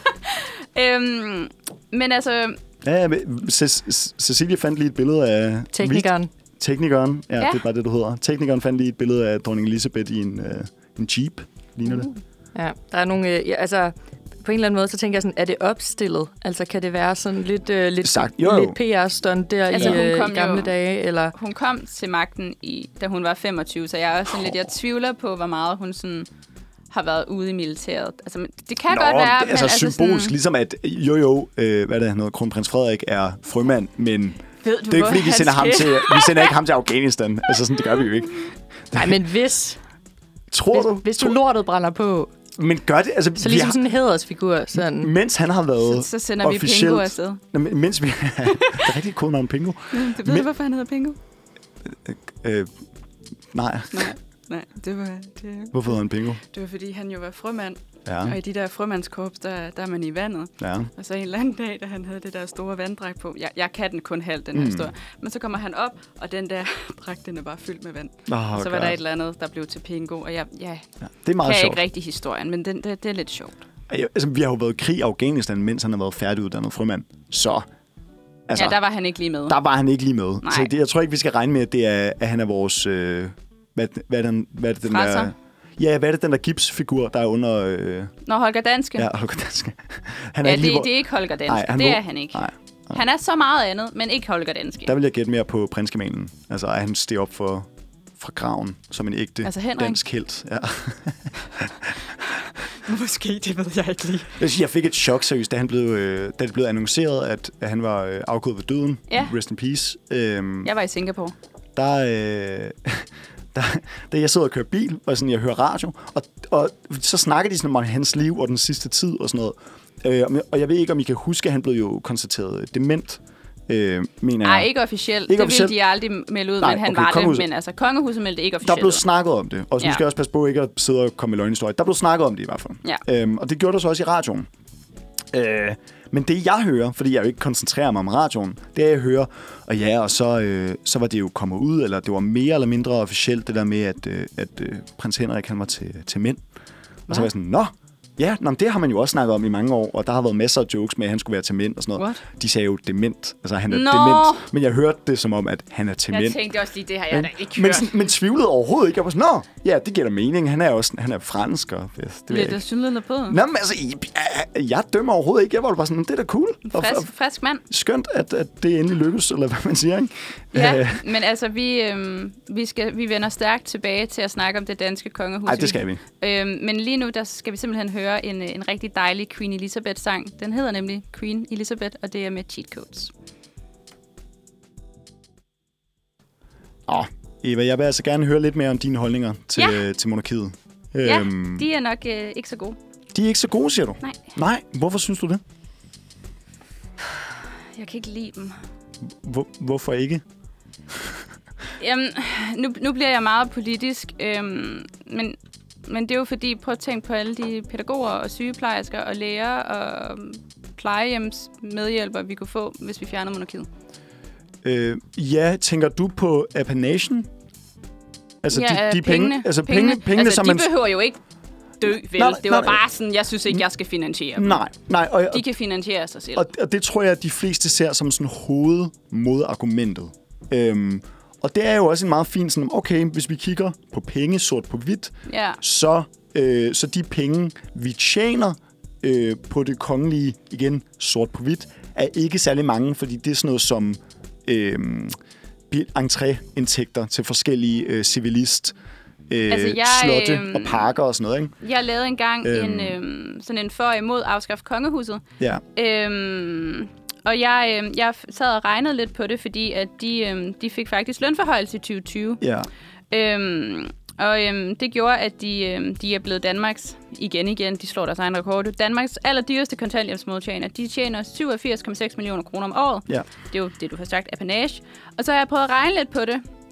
Speaker 4: men altså...
Speaker 2: Ja, Cecilie fandt lige et billede af... Teknikeren, ja, det er bare det, du hedder. Teknikeren fandt lige et billede af dronning Elisabeth i en Jeep, ligner det.
Speaker 3: Ja, der er nogle... altså, på en eller anden måde, så tænker jeg sådan, er det opstillet? Altså, kan det være sådan lidt PR-stunt der altså, i gamle dage? Eller?
Speaker 4: Hun kom til magten, da hun var 25, så jeg er også sådan lidt... Jeg tvivler på, hvor meget hun sådan... har været ude i militæret. Altså, det kan godt være...
Speaker 2: Det er altså symbolsk, sådan... ligesom at hvad er det, noget, kronprins Frederik er frømand, men... Det er ikke fordi, vi sender ikke ham til Afghanistan. Altså sådan, det gør vi jo ikke.
Speaker 3: Nej, men hvis du lortet brænder på...
Speaker 2: Men gør det... Altså,
Speaker 3: så ligesom sådan en hædersfigur. Sådan.
Speaker 2: Mens han har været
Speaker 4: så sender vi Pingo afsted.
Speaker 2: Mens vi... det er rigtig cool navn, Pingo.
Speaker 4: Du ved, hvorfor han hedder Pingo?
Speaker 2: Nej.
Speaker 4: Nej, det var...
Speaker 2: Hvorfor hedder han Pingo?
Speaker 4: Det var, fordi han jo var frømand.
Speaker 2: Ja.
Speaker 4: Og i de der frømandskorps, der er man i vandet.
Speaker 2: Ja.
Speaker 4: Og så en eller anden dag, da han havde det der store vanddragt på. Jeg kan den kun halvt, den her store. Men så kommer han op, og den der dragt, den er bare fyldt med vand. Så var der et eller andet, der blev til Pingo. Og jeg
Speaker 2: det er meget
Speaker 4: kan
Speaker 2: sjovt.
Speaker 4: Ikke rigtig historien, men det er lidt sjovt.
Speaker 2: Altså, vi har jo været i krig i Afghanistan, mens han har været færdiguddannet frømand. Så... Altså,
Speaker 4: ja, der var han ikke lige med.
Speaker 2: Nej. Så jeg tror ikke, vi skal regne med, at det er, at han er vores... Hvad er den der... Ja, hvad er det, den der gipsfigur, der er under...
Speaker 4: Holger Danske.
Speaker 2: Ja, Holger Danske.
Speaker 4: Det er ikke Holger Danske. Det er han ikke. Nej. Han er så meget andet, men ikke Holger Danske.
Speaker 2: Der vil jeg gætte mere på prinskemalen. Altså, at han steg op fra graven som en ægte dansk helt. Ja.
Speaker 4: Måske, det ved jeg ikke lige.
Speaker 2: Jeg fik et chok, seriøst, da det blev annonceret, at han var afgået ved døden.
Speaker 4: Ja.
Speaker 2: Rest in peace.
Speaker 4: Jeg var i Singapore.
Speaker 2: Da jeg sidder og kører bil, og sådan, jeg hører radio, og så snakker de sådan om hans liv og den sidste tid og sådan noget. Og jeg ved ikke, om I kan huske, at han blev jo konstateret dement, mener jeg.
Speaker 4: Nej, ikke officielt. Det ville de aldrig melde ud, men han var det. Men altså, kongehuset meldte ikke officielt.
Speaker 2: Der blev snakket om det, og så skal jeg også passe på ikke at sidde og komme med løgnhistorie. Der blev snakket om det i hvert fald.
Speaker 4: Ja.
Speaker 2: Og det gjorde der så også i radioen. Men det jeg hører, fordi jeg jo ikke koncentrerer mig om radioen, det er, jeg hører, og så var det jo kommet ud, eller det var mere eller mindre officielt, det der med, at prins Henrik, han var til mænd. Og så var jeg sådan, det har man jo også snakket om i mange år, og der har været masser af jokes med, at han skulle være til mænd og sådan noget.
Speaker 4: What?
Speaker 2: De sagde jo dement, altså han er dement, men jeg hørte det som om, at han er til mænd.
Speaker 4: Jeg tænkte også lige, det har jeg da ikke hørt.
Speaker 2: Men tvivlede overhovedet ikke. Jeg var sådan, det giver da mening. Han er fransk. Og,
Speaker 4: lidt af synligheden på.
Speaker 2: Nå, men altså, jeg dømmer overhovedet ikke. Jeg var bare sådan, det er da cool.
Speaker 4: Frisk mand. Skønt,
Speaker 2: at det endelig lykkes, eller hvad man siger, ikke?
Speaker 4: Ja, men altså, vi vender stærkt tilbage til at snakke om det danske kongehus.
Speaker 2: Nej, det skal vi.
Speaker 4: Men lige nu, der skal vi simpelthen høre en rigtig dejlig Queen Elizabeth-sang. Den hedder nemlig Queen Elizabeth, og det er med Cheat Codes.
Speaker 2: Eva, jeg vil altså gerne høre lidt mere om dine holdninger til monarkiet.
Speaker 4: Ja, de er nok ikke så gode.
Speaker 2: De er ikke så gode, siger du?
Speaker 4: Nej.
Speaker 2: Hvorfor synes du det?
Speaker 4: Jeg kan ikke lide dem.
Speaker 2: Hvorfor ikke?
Speaker 4: Jamen, nu bliver jeg meget politisk, men det er jo fordi, prøv at tænke på alle de pædagoger og sygeplejersker og læger og plejehjems medhjælpere, vi kunne få, hvis vi fjernede monarkiet.
Speaker 2: Tænker du på apanagen? Altså de
Speaker 4: pengene.
Speaker 2: Altså pengene,
Speaker 4: altså,
Speaker 2: som
Speaker 4: de behøver jo ikke dø, vel? Det var bare sådan, jeg synes ikke, jeg skal finansiere dem.
Speaker 2: Nej.
Speaker 4: De kan finansiere sig selv.
Speaker 2: Og det tror jeg, at de fleste ser som sådan hovedmodargumentet. Og det er jo også en meget fin sådan, okay, hvis vi kigger på penge sort på hvidt, så de penge, vi tjener på det kongelige, igen sort på hvidt, er ikke særlig mange, fordi det er sådan noget som entréindtægter til forskellige civilist, slotte og parker og sådan noget, ikke?
Speaker 4: Jeg lavede engang sådan en for imod afskaffe kongehuset.
Speaker 2: Ja.
Speaker 4: Og jeg sad og regnede lidt på det, fordi at de fik faktisk lønforhøjelse i 2020.
Speaker 2: Ja.
Speaker 4: Det gjorde, at de er blevet Danmarks, igen, de slår deres egen rekord, Danmarks allerdyreste kontanthjælpsmodtagere. De tjener 87,6 millioner kroner om året.
Speaker 2: Ja.
Speaker 4: Det er jo det, du har sagt, apanage. Og så har jeg prøvet at regne lidt på det.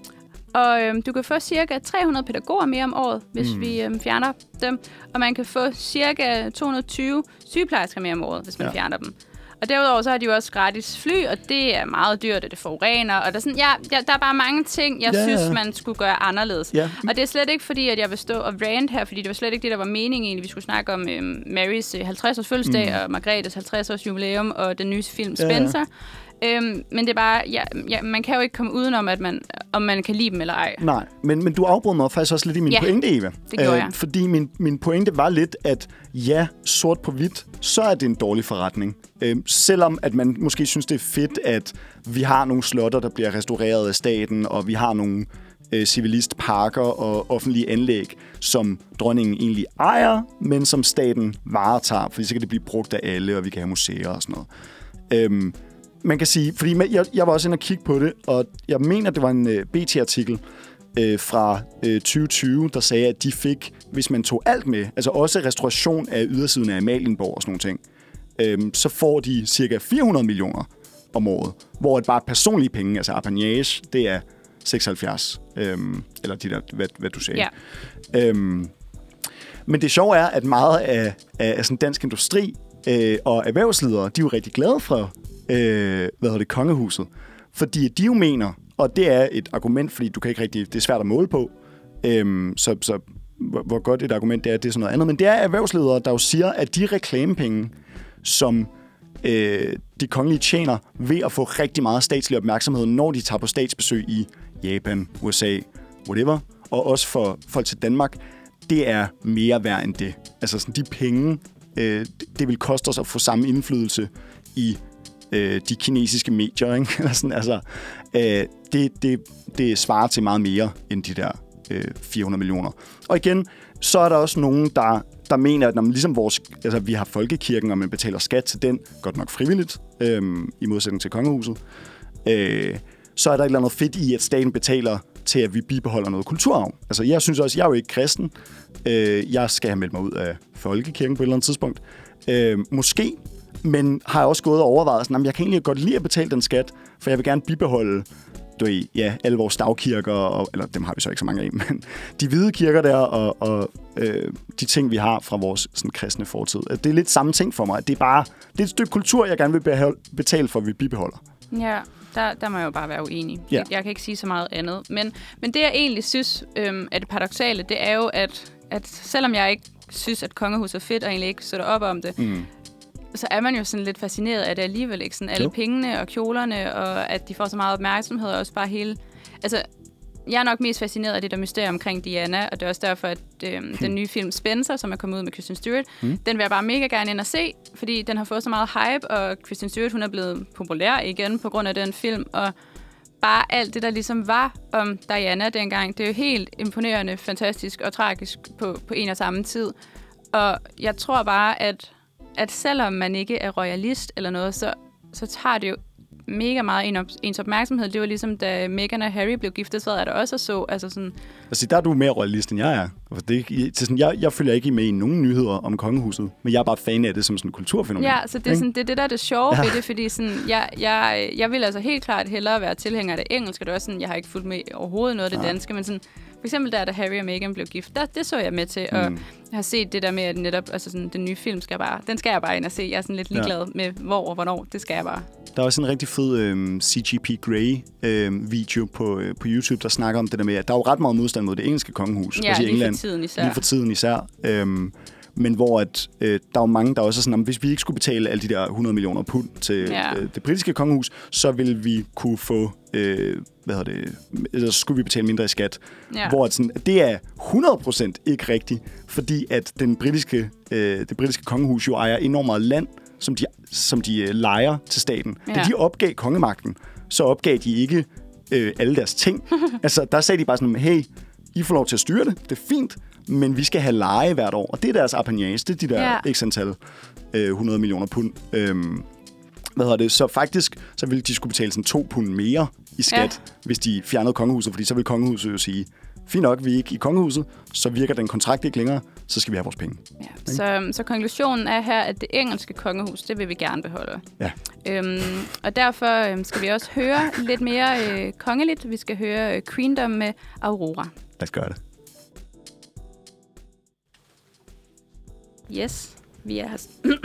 Speaker 5: Og du kan få cirka 300 pædagoger mere om året, hvis vi fjerner dem. Og man kan få cirka 220 sygeplejersker mere om året, hvis man fjerner dem. Og derudover så har de jo også gratis fly, og det er meget dyrt, og det forurener. Og der er, sådan, der er bare mange ting, jeg synes, man skulle gøre anderledes. Ja. Og det er slet ikke fordi, at jeg vil stå og rant her, fordi det var slet ikke det, der var meningen egentlig. Vi skulle snakke om Marys 50-års fødselsdag, og Margrethes 50-års jubilæum, og den nye film Spencer. Men det er bare, man kan jo ikke komme udenom, om man kan lide dem eller ej.
Speaker 2: Nej, men du afbrød mig faktisk også lidt i min pointe, Eva.
Speaker 5: Det gjorde jeg.
Speaker 2: Fordi min pointe var lidt, at sort på hvidt, så er det en dårlig forretning. Selvom at man måske synes, det er fedt, at vi har nogle slotter, der bliver restaureret af staten, og vi har nogle civilistparker og offentlige anlæg, som dronningen egentlig ejer, men som staten varetager, fordi så kan det blive brugt af alle, og vi kan have museer og sådan noget. Man kan sige, fordi jeg var også inde og kigge på det, og jeg mener, det var en BT-artikel fra 2020, der sagde, at de fik, hvis man tog alt med, altså også restauration af ydersiden af Amalienborg og sådan nogle ting, så får de cirka 400 millioner om året, hvor bare personlige penge, altså apanage, det er 76, eller de der, hvad du sagde. Ja. Men det sjove er, at meget af sådan dansk industri og erhvervsledere, de er jo rigtig glade for kongehuset. Fordi de jo mener, og det er et argument, fordi du kan ikke rigtig, det er svært at måle på, så hvor godt et argument det er sådan noget andet, men det er erhvervsledere, der jo siger, at de reklamepenge, som de kongelige tjener ved at få rigtig meget statslig opmærksomhed, når de tager på statsbesøg i Japan, USA, whatever, og også for folk til Danmark, det er mere værd end det. Altså sådan, de penge, det vil koste os at få samme indflydelse i de kinesiske medier, ikke? Sådan, altså, det svarer til meget mere end de der 400 millioner. Og igen, så er der også nogen, der mener, at når man, ligesom vi har folkekirken, og man betaler skat til den, godt nok frivilligt, i modsætning til kongehuset, så er der et eller andet fedt i, at staten betaler til, at vi bibeholder noget kulturarv. Altså, jeg synes også, jeg er jo ikke kristen. Jeg skal have meldt mig ud af folkekirken på et eller andet tidspunkt. Måske, men har jeg også gået og overvejet, sådan, at jeg kan egentlig godt lide at betale den skat, for jeg vil gerne bibeholde alle vores stavkirker, eller dem har vi så ikke så mange af, men de hvide kirker der, og de ting, vi har fra vores sådan, kristne fortid. Det er lidt samme ting for mig. Det er et stykke kultur, jeg gerne vil betale for, at vi bibeholder.
Speaker 5: Ja, der må jeg jo bare være uenig. Ja. Jeg kan ikke sige så meget andet. Men det, jeg egentlig synes er det paradoksale, det er jo, at selvom jeg ikke synes, at kongehuset er fedt, og egentlig ikke støtter op om det, så er man jo sådan lidt fascineret af det alligevel, ikke? Sådan alle pengene og kjolerne, og at de får så meget opmærksomhed, og også bare hele... Altså, jeg er nok mest fascineret af det der mysterium omkring Diana, og det er også derfor, at den nye film Spencer, som er kommet ud med Kristen Stewart, den vil jeg bare mega gerne ind og se, fordi den har fået så meget hype, og Kristen Stewart, hun er blevet populær igen på grund af den film, og bare alt det, der ligesom var om Diana dengang, det er jo helt imponerende, fantastisk og tragisk på en og samme tid. Og jeg tror bare, at selvom man ikke er royalist eller noget, så tager det jo mega meget ens opmærksomhed. Det var ligesom, da Meghan og Harry blev giftet, så er der også så. Altså sådan...
Speaker 2: Altså, der er du mere royalist, end jeg er. Jeg følger ikke med i nogen nyheder om kongehuset, men jeg er bare fan af det som sådan en kulturfænomen.
Speaker 5: Ja, så det er, sådan, det der er det sjove ved det, fordi sådan, jeg vil altså helt klart hellere være tilhænger af det engelske. Det er også sådan, jeg har ikke fulgt med overhovedet noget af det danske, men sådan, for eksempel da Harry og Meghan blev gift, det så jeg med til, og jeg har set det der med, at netop altså sådan, den nye film skal jeg bare ind og se. Jeg er sådan lidt ligeglad med, hvor og hvornår, det skal jeg bare.
Speaker 2: Der er også en rigtig fed CGP Grey video på YouTube, der snakker om det der med, at der er jo ret meget modstand mod det engelske kongehus.
Speaker 5: Ja,
Speaker 2: lige
Speaker 5: England,
Speaker 2: for tiden især. Men hvor at, der er jo mange, der også er sådan, at hvis vi ikke skulle betale alle de der 100 millioner pund til det britiske kongehus, så ville vi kunne få, så skulle vi betale mindre i skat. Ja. Hvor at sådan, det er 100% ikke rigtigt, fordi at det britiske kongehus jo ejer enormt meget land, som de lejer til staten. Ja. Da de opgav kongemagten, så opgav de ikke alle deres ting. Altså, der sagde de bare sådan, hey, I får lov til at styre det, det er fint, men vi skal have leje hvert år. Og det er deres apanage, det er de der x antal 100 millioner pund. Så faktisk, så ville de skulle betale sådan 2 pund mere i skat, hvis de fjernede kongehuset, fordi så ville kongehuset jo sige, fint nok, vi er ikke i kongehuset, så virker den kontrakt ikke længere, så skal vi have vores penge.
Speaker 5: Ja. Så konklusionen er her, at det engelske kongehus, det vil vi gerne beholde.
Speaker 2: Ja.
Speaker 5: Og derfor skal vi også høre lidt mere kongeligt. Vi skal høre Queendom med Aurora.
Speaker 2: Lad os gøre det.
Speaker 5: Yes, vi er her.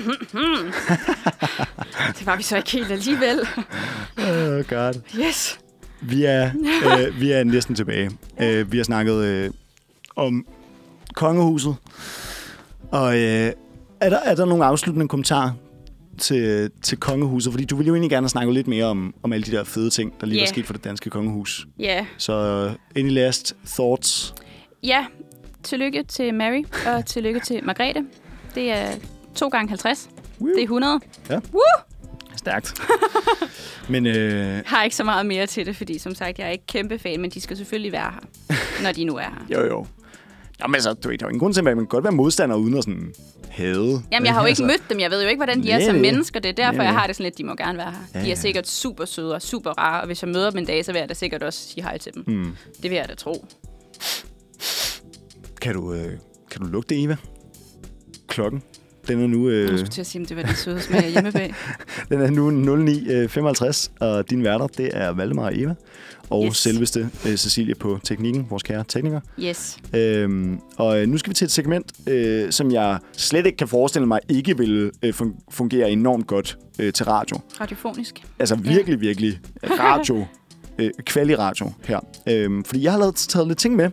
Speaker 5: Det var vi så ikke helt alligevel.
Speaker 2: Oh god.
Speaker 5: Yes.
Speaker 2: Vi er næsten tilbage. Vi har snakket om kongehuset. Og er der nogle afsluttende kommentarer til kongehuset? Fordi du ville jo egentlig gerne snakke lidt mere om alle de der fede ting, der lige var sket for det danske kongehus.
Speaker 5: Ja. Yeah.
Speaker 2: Så any last thoughts?
Speaker 5: Ja, tillykke til Mary, og tillykke til Margrethe. Det er 2 gange 50. Woo. Det er 100.
Speaker 2: Ja.
Speaker 5: Woo!
Speaker 2: Stærkt. Men
Speaker 5: har ikke så meget mere til det, fordi som sagt, jeg er ikke kæmpe fan, men de skal selvfølgelig være her, når de nu er her.
Speaker 2: Jo. Jamen altså, der er jo ingen grund til, at man kan godt være modstander uden at sådan hade.
Speaker 5: Jamen, jeg har jo ikke mødt dem. Jeg ved jo ikke, hvordan de er som mennesker. Det er derfor, jeg har det sådan lidt, de må gerne være her. De er sikkert super søde og super rare, og hvis jeg møder dem en dag, så vil jeg da sikkert også sige hej til dem. Det vil jeg da tro.
Speaker 2: Kan du lugte, Eva? Klokken? Den er nu...
Speaker 5: Jeg skulle til at sige, at det var det søde smag af hjemmebag.
Speaker 2: Den er nu 09.55, og din værter, det er Valdemar og Eva. Og selveste Cecilie på teknikken, vores kære tekniker.
Speaker 5: Yes.
Speaker 2: Og nu skal vi til et segment, som jeg slet ikke kan forestille mig, ikke vil fungere enormt godt til radio.
Speaker 5: Radiofonisk.
Speaker 2: Altså virkelig radio. Kvali-radio her. Fordi jeg har taget lidt ting med.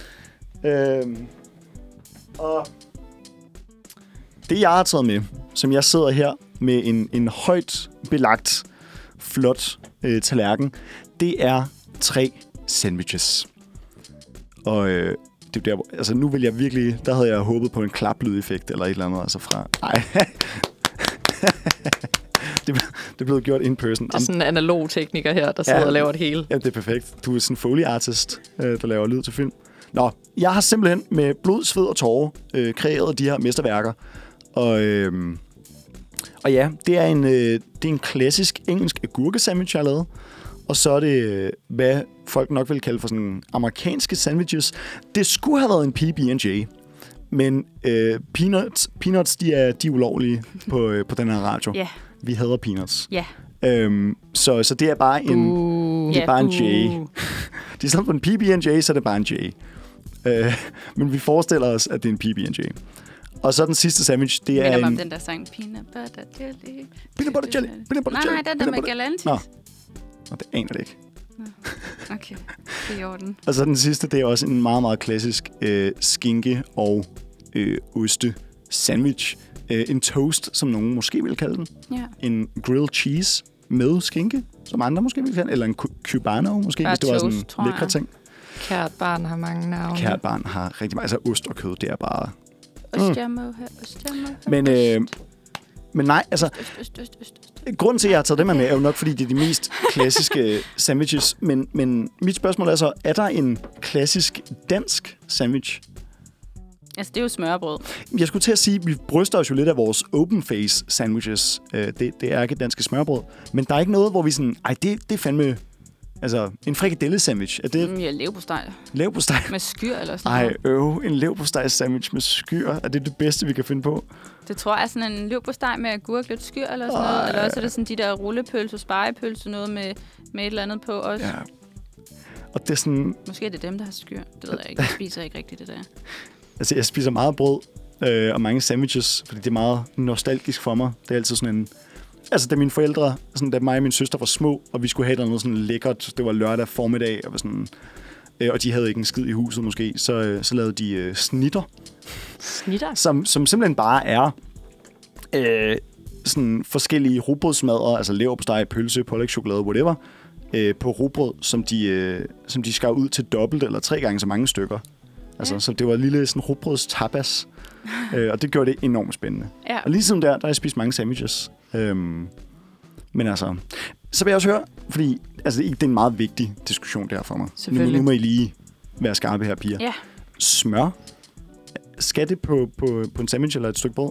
Speaker 2: Og det, jeg har taget med, som jeg sidder her med en højt belagt, flot tallerken, det er 3 sandwiches. Og det er der, altså nu vil jeg virkelig, der havde jeg håbet på en klaplydeffekt eller et eller andet, altså fra, nej. Det blev gjort in person.
Speaker 3: Det er sådan en analog tekniker her, der sidder og laver det hele.
Speaker 2: Ja, det er perfekt. Du er sådan en Foley artist, der laver lyd til film. Nå, jeg har simpelthen med blod, sved og tårer kreeret de her mesterværker. Og ja, det er en klassisk engelsk agurkesandwich, jeg har lavet. Og så er det, hvad folk nok vil kalde for sådan amerikanske sandwiches. Det skulle have været en PB&J, men peanuts, de er ulovlige på den her radio.
Speaker 5: Yeah.
Speaker 2: Vi hader peanuts.
Speaker 5: Ja. Yeah.
Speaker 2: Så det er bare en J. Det er sådan for en PB&J, så er det bare en J. Men vi forestiller os, at det er en PB&J. Og så den sidste sandwich, det er
Speaker 5: om den der sang Peanut Butter Jelly.
Speaker 2: Peanut Butter Jelly.
Speaker 5: Nej, den der med Galantis.
Speaker 2: Nå, det aner det ikke.
Speaker 5: Okay, det er i orden.
Speaker 2: Og så den sidste, det er også en meget, meget klassisk skinke- og oste sandwich. En toast, som nogen måske vil kalde den.
Speaker 5: Ja.
Speaker 2: En grilled cheese med skinke, som andre måske vil kalde den. Eller en cubano måske, hvis det var sådan en lækre ting.
Speaker 3: Kært barn har mange navne.
Speaker 2: Kært barn har rigtig meget. Altså ost og kød, det er bare... Men nej, altså... Grunden til, at jeg har taget dem med, er jo nok, fordi det er de mest klassiske sandwiches. Men mit spørgsmål er så, er der en klassisk dansk sandwich?
Speaker 5: Altså, det er jo smørbrød.
Speaker 2: Jeg skulle til at sige, at vi bryster os jo lidt af vores open face sandwiches. Det er ikke danske smørbrød. Men der er ikke noget, hvor vi sådan... Ej, det er fandme... Altså, en frikadelle-sandwich. Er det...
Speaker 5: Ja, leverpostej.
Speaker 2: Leverpostej?
Speaker 5: Med skyr eller sådan noget.
Speaker 2: En leverpostej-sandwich med skyr. Er det bedste, vi kan finde på?
Speaker 5: Det tror jeg er sådan en leverpostej med agurk, lidt skyr eller sådan noget. Eller også er det sådan de der rullepølse, spegepølse, noget med et eller andet på også. Ja.
Speaker 2: Og det er sådan...
Speaker 5: Måske er det dem, der har skyr. Det ved jeg ikke. Jeg spiser ikke rigtigt det der.
Speaker 2: Altså, jeg spiser meget brød og mange sandwiches, fordi det er meget nostalgisk for mig. Det er altid sådan en... Altså, da mine forældre, sådan, da mig og min søster var små, og vi skulle have noget sådan lækkert, det var lørdag formiddag, og sådan, og de havde ikke en skid i huset måske, så lavede de snitter.
Speaker 5: Snitter?
Speaker 2: Som simpelthen bare er sådan forskellige rugbrødsmadder, altså leverpostej, pølse, pålægschokolade, whatever, på rugbrød, som de skar ud til dobbelt eller 3 gange så mange stykker. Altså, så det var en lille sådan rugbrødstapas, og det gjorde det enormt spændende.
Speaker 5: Ja.
Speaker 2: Og lige siden der har jeg spist mange sandwiches. Men altså, så vil jeg også høre, fordi altså, det er en meget vigtig diskussion der for mig. Nu må I lige være skarpe her, piger.
Speaker 5: Ja.
Speaker 2: Smør. Skal det på en sandwich eller et stykke brød?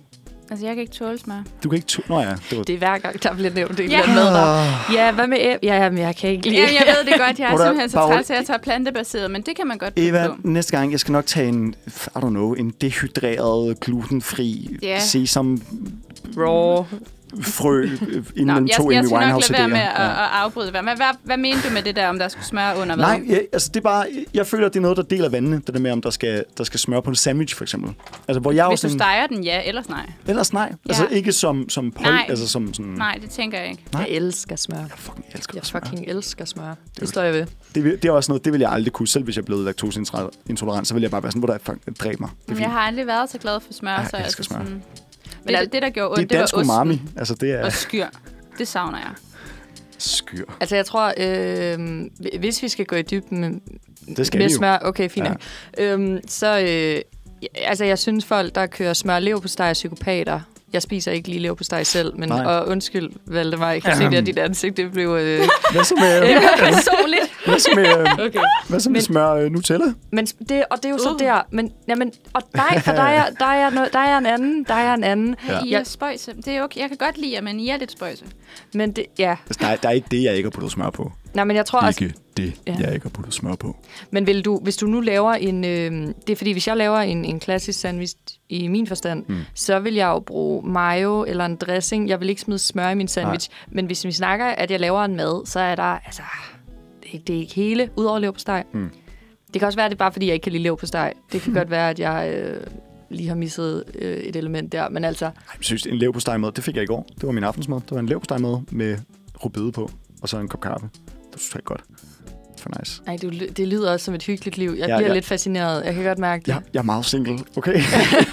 Speaker 5: Altså, jeg kan ikke tåle smør.
Speaker 2: Du kan ikke tåle... Nå ja.
Speaker 3: Det er hver gang, der bliver nævnt det. Ja, hvad med Ja, men jeg kan ikke lide.
Speaker 5: Ja, jeg ved det godt. Jeg er simpelthen så træt til at tage plantebaseret, men det kan man godt
Speaker 2: Eva, næste gang, jeg skal nok tage en dehydreret, glutenfri sesam...
Speaker 3: Raw...
Speaker 2: frø inden to Amy Winehouse-idéer.
Speaker 5: Jeg skal nok lade være med at afbryde. Hvad mener du med det der, om der skulle smør under hvad?
Speaker 2: Nej, altså det er bare... Jeg føler, at det er noget, der deler vandene. Det der med, om der skal smør på en sandwich, for eksempel. Altså, hvor jeg
Speaker 5: hvis du steger den, ja. Ellers nej.
Speaker 2: Ellers nej. Ja. Altså ikke som
Speaker 5: nej.
Speaker 2: Altså som sådan...
Speaker 5: Nej, det tænker jeg ikke.
Speaker 3: Nej. Jeg elsker smør.
Speaker 2: Jeg fucking
Speaker 3: elsker smør. Det står jeg ved.
Speaker 2: Det er også noget, det vil jeg aldrig kunne. Selv hvis jeg blev laktoseintolerant, så vil jeg bare være sådan, hvor der dræb mig.
Speaker 5: Jeg har aldrig været så glad for smør.
Speaker 2: Jeg elsker smør.
Speaker 5: Men det, der gjorde ondt,
Speaker 2: det var osten umami. Altså, det er...
Speaker 5: og skyr. Det savner jeg.
Speaker 2: Skyr.
Speaker 3: Altså, jeg tror, hvis vi skal gå i dybden
Speaker 2: med
Speaker 3: smør, okay, fint. Ja. Altså, jeg synes, folk, der kører smør leverpostej er psykopater. Jeg spiser ikke lige leverpostej selv, men og undskyld, Valdemar, jeg kan se det af dit ansigt, det blev...
Speaker 2: Hvad så med...
Speaker 3: personligt.
Speaker 2: Hvad så med smør Nutella?
Speaker 3: Men det er jo så der, men jamen, og dig, for der er en anden.
Speaker 5: Ja. I er spøjse. Det er okay. Jeg kan godt lide jer, men I er lidt spøjse.
Speaker 3: Men det, ja.
Speaker 2: Altså, der er ikke det, jeg ikke har puttet smør på.
Speaker 3: Nej, men jeg tror
Speaker 2: ikke det, jeg ikke har puttet smør på.
Speaker 3: Men hvis du nu laver en... det er fordi, hvis jeg laver en klassisk sandwich i min forstand, så vil jeg jo bruge mayo eller en dressing. Jeg vil ikke smide smør i min sandwich. Nej. Men hvis vi snakker, at jeg laver en mad, så er der... Altså, det er ikke hele, udover leverpostej. Det kan også være, at det er bare fordi, jeg ikke kan lide leverpostej. Det kan godt være, at jeg... lige har misset et element der, men altså...
Speaker 2: Jeg synes, en leverpostejmad, det fik jeg i går. Det var min aftensmad. Det var en leverpostejmad med rødbede på, og så en kop kaffe. Det synes jeg godt. For nice.
Speaker 3: Ej, det lyder også som et hyggeligt liv. Jeg bliver lidt fascineret. Jeg kan godt mærke det.
Speaker 2: Jeg er meget single, okay?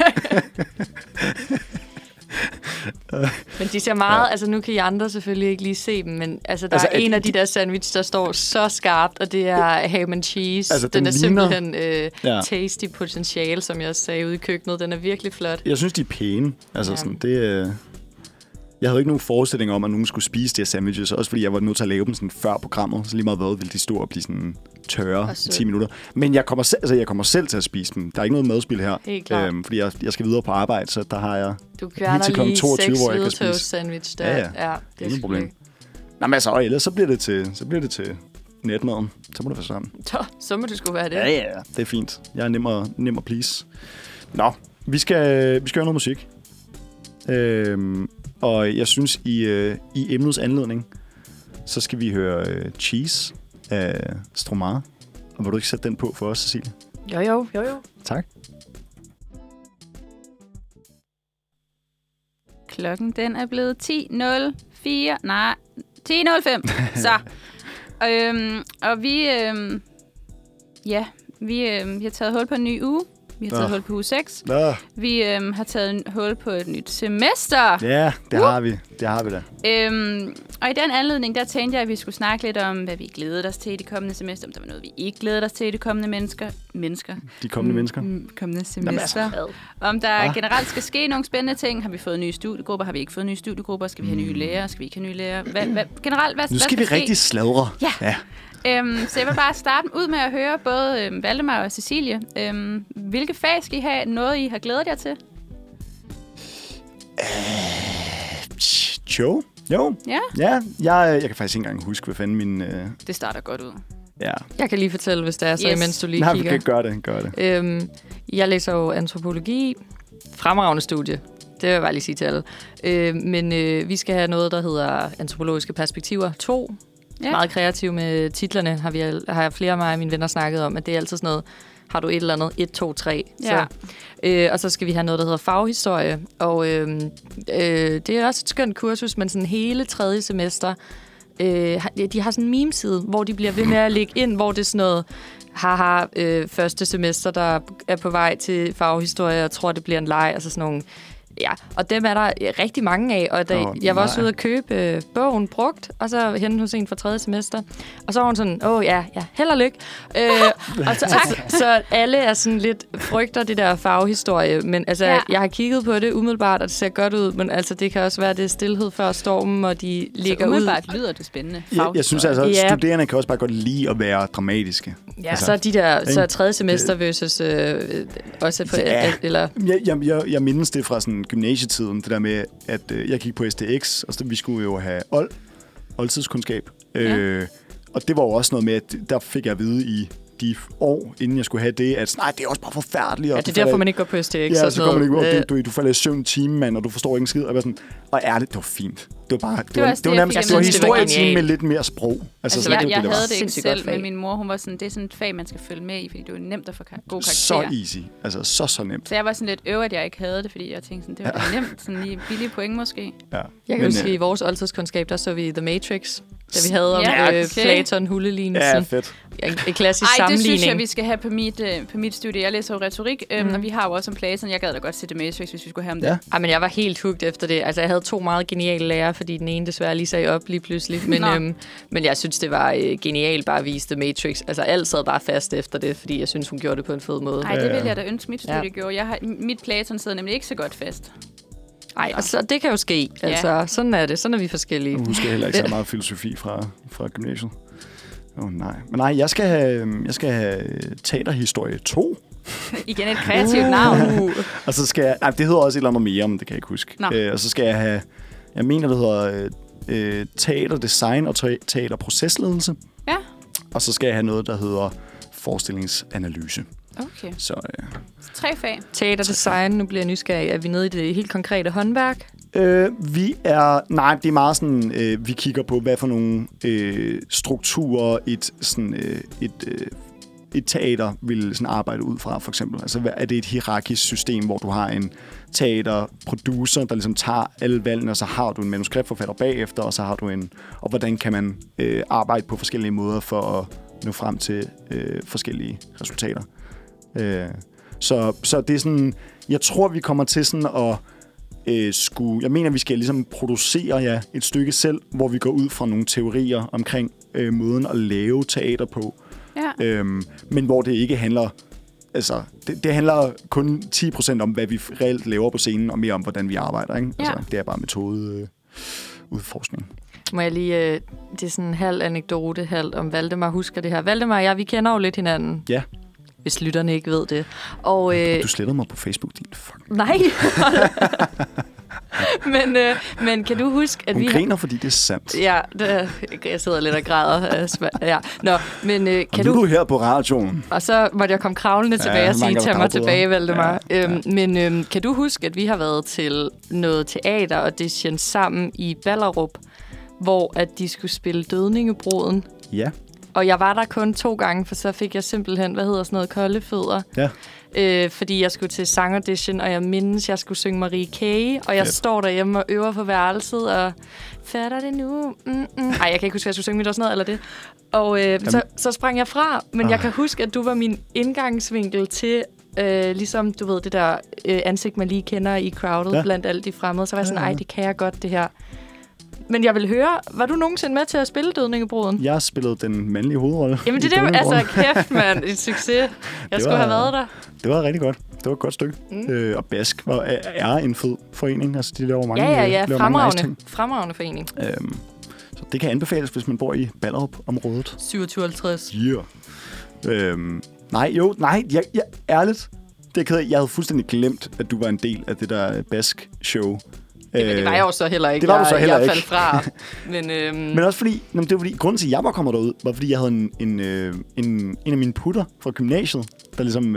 Speaker 3: Men de ser meget... Ja. Altså, nu kan I andre selvfølgelig ikke lige se dem, men altså, der er en af de der sandwich, der står så skarpt, og det er ham and cheese. Altså, den er simpelthen tasty potentiale, som jeg sagde ude i køkkenet. Den er virkelig flot.
Speaker 2: Jeg synes, de er pæne. Altså, sådan, det... Jeg havde ikke nogen forestilling om, at nogen skulle spise de her sandwiches, også fordi jeg var nødt til at lave dem sådan før programmet, så lige meget hvad ville de stå og blive sådan tørre i 10 minutter. Men jeg kommer selv til at spise dem. Der er ikke noget madspil her, fordi jeg skal videre på arbejde, så der har jeg
Speaker 3: helt til kl. 22, hvor jeg kan spise. Sandwich der. Ja, det er ingen problem.
Speaker 2: Nå, men altså, ellers så bliver det til netmaden. Så må det være sådan.
Speaker 3: Så må det sgu være det.
Speaker 2: Ja, det er fint. Jeg er nem at please. Nå, vi skal høre noget musik. Og jeg synes, i emnets anledning, så skal vi høre Cheese af Stromae. Og vil du ikke sætte den på for os, Cecilie?
Speaker 3: Jo.
Speaker 2: Tak.
Speaker 5: Klokken, den er blevet 10.04. Nej, 10.05. Så. Og vi har taget hul på en ny uge. Vi har taget hul på uge 6. Vi har taget hul på et nyt semester.
Speaker 2: Ja, det har vi. Det har vi da.
Speaker 5: Og i den anledning, der tænkte jeg, at vi skulle snakke lidt om, hvad vi glæder os til i det kommende semester. Om der var noget, vi ikke glæder os til i det kommende mennesker.
Speaker 2: De kommende mennesker.
Speaker 5: Kommende semester. Om der generelt skal ske nogle spændende ting. Har vi fået nye studiegrupper? Har vi ikke fået nye studiegrupper? Skal vi have nye lærere? Skal vi ikke have nye lærere? Generelt,
Speaker 2: nu skal vi rigtig sladre.
Speaker 5: Ja. Så jeg vil bare starte ud med at høre både Valdemar og Cecilie. Hvilke fag skal I have? Noget, I har glædet jer til?
Speaker 2: Jo.
Speaker 5: Ja.
Speaker 2: Jeg kan faktisk ikke engang huske, hvad fanden min...
Speaker 5: Det starter godt ud.
Speaker 2: Ja.
Speaker 3: Jeg kan lige fortælle, hvis det er, så imens du lige kigger.
Speaker 2: Nej, gør det.
Speaker 3: Jeg læser jo antropologi. Fremragende studie. Det vil jeg bare lige sige til alle. Men vi skal have noget, der hedder Antropologiske Perspektiver 2. Ja. Meget kreativ med titlerne, har jeg flere af mig og mine venner snakket om, at det er altid sådan noget, har du et eller andet, 1, 2, 3.
Speaker 5: Ja.
Speaker 3: Så, og så skal vi have noget, der hedder faghistorie, og det er også et skønt kursus, men sådan hele 3. semester, de har sådan en meme-side, hvor de bliver ved med at lægge ind, hvor det er sådan noget, første semester, der er på vej til faghistorie, og tror, det bliver en leg, altså sådan nogle... Ja, og dem er der rigtig mange af, og jeg var også ude at købe bogen brugt, og så henne hos en fra 3. semester, og så var hun sådan, held og lykke. Og så alle er sådan lidt frygter det der faghistorie, men altså, jeg har kigget på det umiddelbart, og det ser godt ud, men altså, det kan også være, det er stilhed før stormen, og de ligger ud.
Speaker 5: Umiddelbart lyder det spændende.
Speaker 2: Jeg synes altså, at studerende kan også bare godt lide at være dramatiske.
Speaker 3: Ja, altså, så de der så 3. semester versus også på... eller...
Speaker 2: Jeg mindes det fra sådan gymnasietiden, det der med, at jeg gik på STX, og så vi skulle jo have oldtidskundskab. Ja. Og det var jo også noget med, at der fik jeg at vide i de år, inden jeg skulle have det, at nej, det er også bare forfærdeligt.
Speaker 3: Ja, det er derfor, man ikke går på STX.
Speaker 2: Ja, så kommer man ikke du falder i søvn en time, mand, og du forstår ikke en skid. Og ærligt, det var fint. Det var nærmest historietime med lidt mere sprog.
Speaker 5: Altså jeg havde det ikke selv, men min mor, hun var sådan, det er sådan et fag, man skal følge med i, fordi det er nemt at få god karakter.
Speaker 2: Så easy. Altså så nemt.
Speaker 5: Så jeg var sådan lidt at jeg ikke havde det, fordi jeg tænkte sådan, det var nemt, sådan lige billige point måske.
Speaker 3: Ja. Jeg kan huske, i vores oldtidskundskab, der så vi The Matrix, da vi havde om Platon Hullelignelsen.
Speaker 2: Ja, fedt.
Speaker 3: En klassisk sammenligning.
Speaker 5: Det synes jeg, vi skal have på mit studie. Jeg læser jo retorik, og vi har jo også om Platon. Jeg gad da godt se The Matrix, hvis vi skulle have om det.
Speaker 3: Ja, men jeg var helt hooked efter det. Altså, jeg havde 2 meget geniale lærere, fordi den ene desværre lige sagde op lige pludselig. Men jeg synes, det var genialt bare at vise The Matrix. Altså, alt sad bare fast efter det, fordi jeg synes, hun gjorde det på en fed måde.
Speaker 5: Nej, det ville jeg da ønske, mit studie gjorde. Mit Platon sidder nemlig ikke så godt fast.
Speaker 3: Nej, altså, det kan jo ske. Altså, sådan er det. Sådan er vi forskellige.
Speaker 2: Nu husker jeg heller ikke så meget filosofi fra gymnasiet. Nej. Men nej, jeg skal have teaterhistorie 2.
Speaker 5: Igen et kreativt navn.
Speaker 2: Og så skal jeg... Nej, det hedder også et eller andet mere, men det kan jeg ikke huske. Og så skal jeg have... Jeg mener, det hedder teaterdesign og teaterprocesledelse.
Speaker 5: Ja.
Speaker 2: Og så skal jeg have noget, der hedder forestillingsanalyse.
Speaker 5: Okay.
Speaker 2: Så
Speaker 5: 3 fag.
Speaker 3: Teaterdesign, nu bliver jeg nysgerrig. Er vi nede i det helt konkrete håndværk?
Speaker 2: Vi er... Nej, det er meget sådan... vi kigger på, hvad for nogle strukturer et teater vil sådan arbejde ud fra, for eksempel. Altså, er det et hierarkisk system, hvor du har en teaterproducer, der ligesom tager alle valgene, og så har du en manuskriptforfatter bagefter, og så har du og hvordan kan man arbejde på forskellige måder for at nå frem til forskellige resultater. Så det er sådan... Jeg tror, vi kommer til sådan at jeg mener, vi skal ligesom producere et stykke selv, hvor vi går ud fra nogle teorier omkring måden at lave teater på. Ja. Men hvor det ikke handler... Altså, det handler kun 10% om, hvad vi reelt laver på scenen, og mere om, hvordan vi arbejder. Ikke? Ja. Altså, det er bare metodeudforskning.
Speaker 3: Må jeg lige... det er sådan en halv anekdote, halv om Valdemar husker det her. Valdemar og jeg, vi kender jo lidt hinanden.
Speaker 2: Ja.
Speaker 3: Hvis lytterne ikke ved det. Og,
Speaker 2: du slettede mig på Facebook, din fuck.
Speaker 3: Nej. men kan du huske, at
Speaker 2: hun griner, fordi det er sandt.
Speaker 3: Ja, jeg sidder lidt og græder. Ja. Nå, men kan
Speaker 2: du her på radioen?
Speaker 3: Og så måtte jeg komme kravlende tilbage og sige, tag mig tilbage, Valdemar. Ja. Men kan du huske, at vi har været til noget teateraudition sammen i Ballerup, hvor at de skulle spille Dødningebruden?
Speaker 2: Ja.
Speaker 3: Og jeg var der kun 2 gange, for så fik jeg simpelthen, kolde fødder. Ja. Fordi jeg skulle til sangaudition, og jeg mindes, jeg skulle synge Marie K. Og jeg står derhjemme og øver på værelset, og fatter det nu? Ej, jeg kan ikke huske, at jeg skulle synge mit og sådan noget, eller det. Og så sprang jeg fra, men jeg kan huske, at du var min indgangsvinkel til... ligesom, du ved, det der ansigt, man lige kender i crowded blandt alle de fremmede. Så var jeg sådan, ej, det kan jeg godt, det her. Men jeg vil høre, var du nogensinde med til at spille Dødningebruden?
Speaker 2: Jeg spillede den mandlige hovedrolle.
Speaker 3: Jamen det er altså kæft, mand. Et succes. Jeg skulle have været der.
Speaker 2: Det var rigtig godt. Det var et godt stykke. Og Bask er en fed forening. Altså, de laver mange
Speaker 3: fremragende forening.
Speaker 2: Så det kan anbefales, hvis man bor i Ballerup-området.
Speaker 3: 2750.
Speaker 2: Yeah. Nej, jeg ærligt. Det er jeg havde fuldstændig glemt, at du var en del af det der Bask-show.
Speaker 3: Det var jeg jo så heller ikke.
Speaker 2: Det var du så heller ikke.
Speaker 3: Jeg faldt fra. Men
Speaker 2: også fordi, det var fordi, grunden til, at jeg var kommet derud, var fordi, jeg havde en af mine putter fra gymnasiet, der ligesom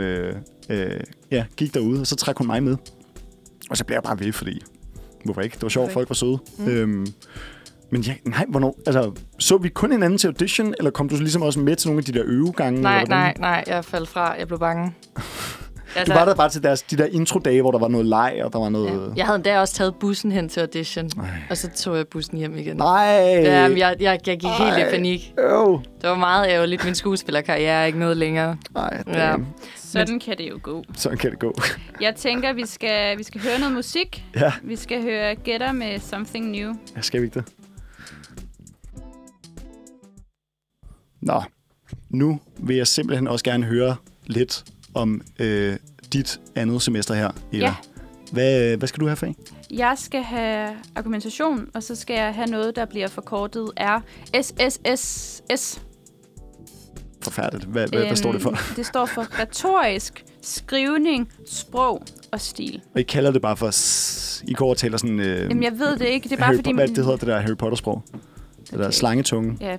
Speaker 2: gik derude, og så trak hun mig med. Og så blev jeg bare ved, fordi, hvorfor ikke? Det var sjovt, folk var søde. Men hvornår? Altså, så vi kun hinanden til audition, eller kom du ligesom også med til nogle af de der øvegange?
Speaker 3: Nej, jeg faldt fra. Jeg blev bange.
Speaker 2: Du var der bare til de der intro-dage, hvor der var noget leg, og der var noget...
Speaker 3: Ja. Jeg havde endda også taget bussen hen til audition, og så tog jeg bussen hjem igen.
Speaker 2: Nej!
Speaker 3: Ja, jeg gik helt i panik. Det var meget ærgerligt. Min skuespillerkarriere er ikke noget længere.
Speaker 2: Nej,
Speaker 5: Sådan kan det jo gå.
Speaker 2: Sådan kan det gå.
Speaker 5: Jeg tænker, vi skal høre noget musik.
Speaker 2: Ja.
Speaker 5: Vi skal høre Getter med Something New.
Speaker 2: Ja, skal vi ikke det? Nå, nu vil jeg simpelthen også gerne høre lidt om dit andet semester her, Eva. Ja. Hvad skal du have for en?
Speaker 5: Jeg skal have argumentation, og så skal jeg have noget, der bliver forkortet RSSS.
Speaker 2: Forfærdeligt. Hvad står det for?
Speaker 5: Det står for retorisk, skrivning, sprog og stil.
Speaker 2: Og I kalder det bare for I går taler sådan...
Speaker 5: Jamen, jeg ved det ikke. Det er bare fordi...
Speaker 2: Hvad det hedder det der Harry Potter-sprog? Det der slangetunge.
Speaker 5: Ja.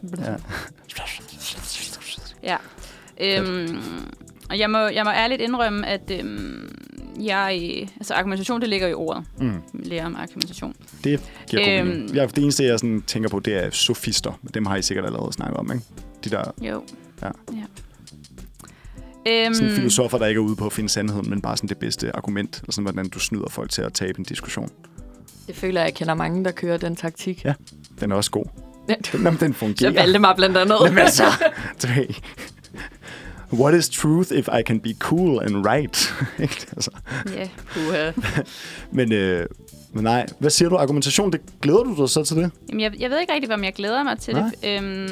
Speaker 5: Ja. Og jeg må ærligt indrømme, at argumentation, det ligger i ordet. Lære om argumentation.
Speaker 2: Det giver god mening. Det eneste, jeg sådan tænker på, det er sofister. Dem har I sikkert allerede snakket om, ikke? De der...
Speaker 5: Jo.
Speaker 2: Ja. Sådan filosofer, der ikke er ude på at finde sandheden, men bare sådan det bedste argument, eller sådan, hvordan du snyder folk til at tabe en diskussion.
Speaker 3: Det føler jeg kender mange, der kører den taktik.
Speaker 2: Ja, den er også god. Den fungerer.
Speaker 3: Så Valdemar blandt andet.
Speaker 2: Jamen altså, what is truth if I can be cool and right? Altså.
Speaker 5: Ja,
Speaker 2: Men nej, hvad siger du? Argumentation, det glæder du dig så til det?
Speaker 5: Jamen, jeg ved ikke rigtig, om jeg glæder mig til det.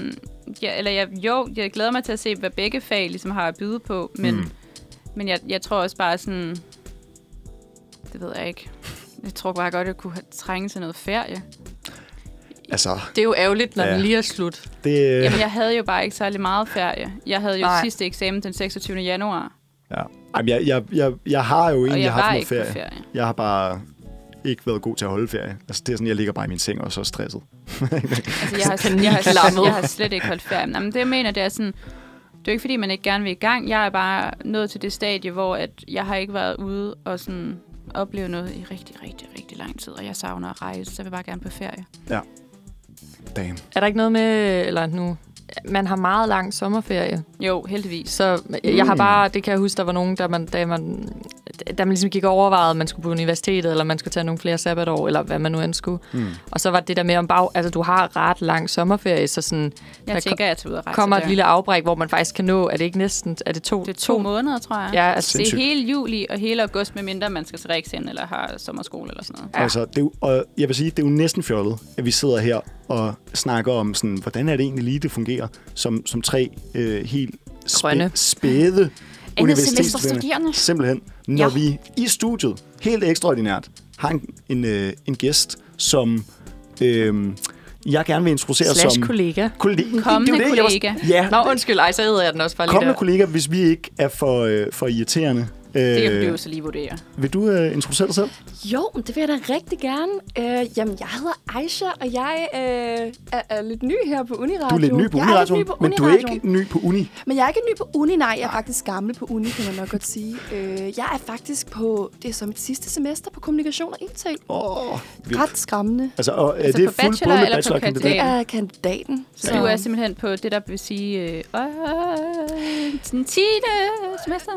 Speaker 5: Jeg glæder mig til at se, hvad begge fag ligesom har at byde på, men jeg tror også bare sådan, det ved jeg ikke. Jeg tror bare godt, at jeg kunne trænge til noget ferie.
Speaker 2: Altså,
Speaker 3: det er jo ærgerligt, når den lige er slut.
Speaker 5: Jamen, jeg havde jo bare ikke særlig meget ferie. Jeg havde jo sidste eksamen den 26. januar.
Speaker 2: Ja. Jamen, jeg har jo egentlig haft noget
Speaker 5: ferie.
Speaker 2: Jeg har bare ikke været god til at holde ferie. Altså, det er sådan, jeg ligger bare i min seng og så stresset.
Speaker 5: Altså, jeg har slet ikke holdt ferie. Men det, jeg mener, det er sådan... Det er ikke, fordi man ikke gerne vil i gang. Jeg er bare nået til det stadie, hvor at jeg har ikke været ude og sådan opleve noget i rigtig, rigtig, rigtig lang tid. Og jeg savner at rejse, så jeg vil bare gerne på ferie. Ja.
Speaker 2: Damn.
Speaker 3: Er der ikke noget med... Eller nu... Man har meget lang sommerferie.
Speaker 5: Jo, heldigvis.
Speaker 3: Så jeg har bare... Det kan jeg huske, der var nogen, da man ligesom gik og overvejede, at man skulle på universitetet, eller man skulle tage nogle flere sabbatår, eller hvad man nu end skulle. Og så var det der med altså du har ret lang sommerferie, så sådan...
Speaker 5: Jeg tænker, jeg tager ud og rejse.
Speaker 3: Kommer et lille afbræk, hvor man faktisk kan nå... Er det ikke næsten... Er det 2?
Speaker 5: Det er 2 måneder, tror jeg.
Speaker 3: Ja, altså,
Speaker 5: det er hele juli og hele august, medmindre man skal til reeksamen eller har sommerskole eller sådan noget.
Speaker 2: Ja. Altså, og jeg vil sige, det er jo næsten fjollet, at vi sidder her og snakker om sådan, hvordan er det egentlig lige, det fungerer som 3 helt spæde universitetsstuderende. Simpelthen. Når vi i studiet, helt ekstraordinært, har en gæst, som jeg gerne vil introducere som...
Speaker 3: kollega.
Speaker 5: Kommende kollega.
Speaker 2: Ja.
Speaker 3: Nå, undskyld. Ej, så hedder jeg den også bare lige
Speaker 2: kommende kollega, hvis vi ikke er for irriterende.
Speaker 5: Det kan du jo så lige vurdere.
Speaker 2: Vil du introducere dig selv?
Speaker 6: Jo, det vil jeg da rigtig gerne. Jamen, jeg hedder Aisha, og jeg er lidt ny her på Uniradio.
Speaker 2: Du er lidt ny på Uniradio, men du er ikke ny på uni?
Speaker 6: Men jeg er ikke ny på uni, nej. Jeg er faktisk gammel på uni, kan man nok godt sige. Jeg er faktisk på, det er så mit sidste semester på kommunikation og IT. Ret skræmmende.
Speaker 2: Altså, er det
Speaker 5: på bachelor eller på kandidat?
Speaker 6: Det er kandidaten.
Speaker 5: Så du er simpelthen på det, der vil sige den 10. semester?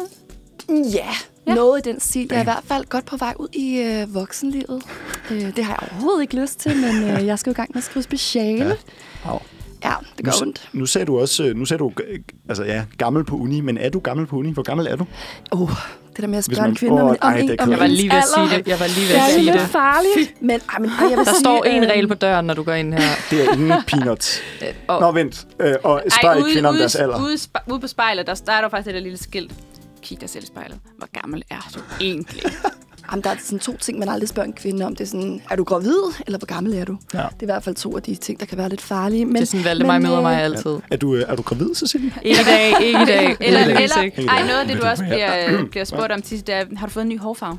Speaker 6: Ja, noget i den stil. Jeg er i hvert fald godt på vej ud i voksenlivet. Det har jeg overhovedet ikke lyst til, men jeg skal jo i gang med at skrive speciale. Ja, det går ondt.
Speaker 2: Nu sagde du altså gammel på uni, men er du gammel på uni? Hvor gammel er du?
Speaker 6: Det der med at spørge en kvinde om
Speaker 3: jeg var lige ved at sige det.
Speaker 6: Det er lidt farligt. Men jeg vil
Speaker 3: der står en regel på døren, når du går ind her.
Speaker 2: Det er ingen peanuts. Nå, vent. Og spørg ikke kvinder om deres alder.
Speaker 5: Ude på spejlet, der er der faktisk et lille skilt. Kig dig selv i spejlet. Hvor gammel er du egentlig?
Speaker 6: Jamen, der er sådan 2 ting, man aldrig spørger en kvinde om. Det er sådan, er du gravid, eller hvor gammel er du? Ja. Det er i hvert fald 2 af de ting, der kan være lidt farlige. Men,
Speaker 3: det er sådan, Valdemar møder mig altid.
Speaker 2: Er du gravid, Cecilie?
Speaker 3: Ikke i dag.
Speaker 5: Eller noget af det, du også bliver spurgt om tit, det er, har du fået en ny hårfarve?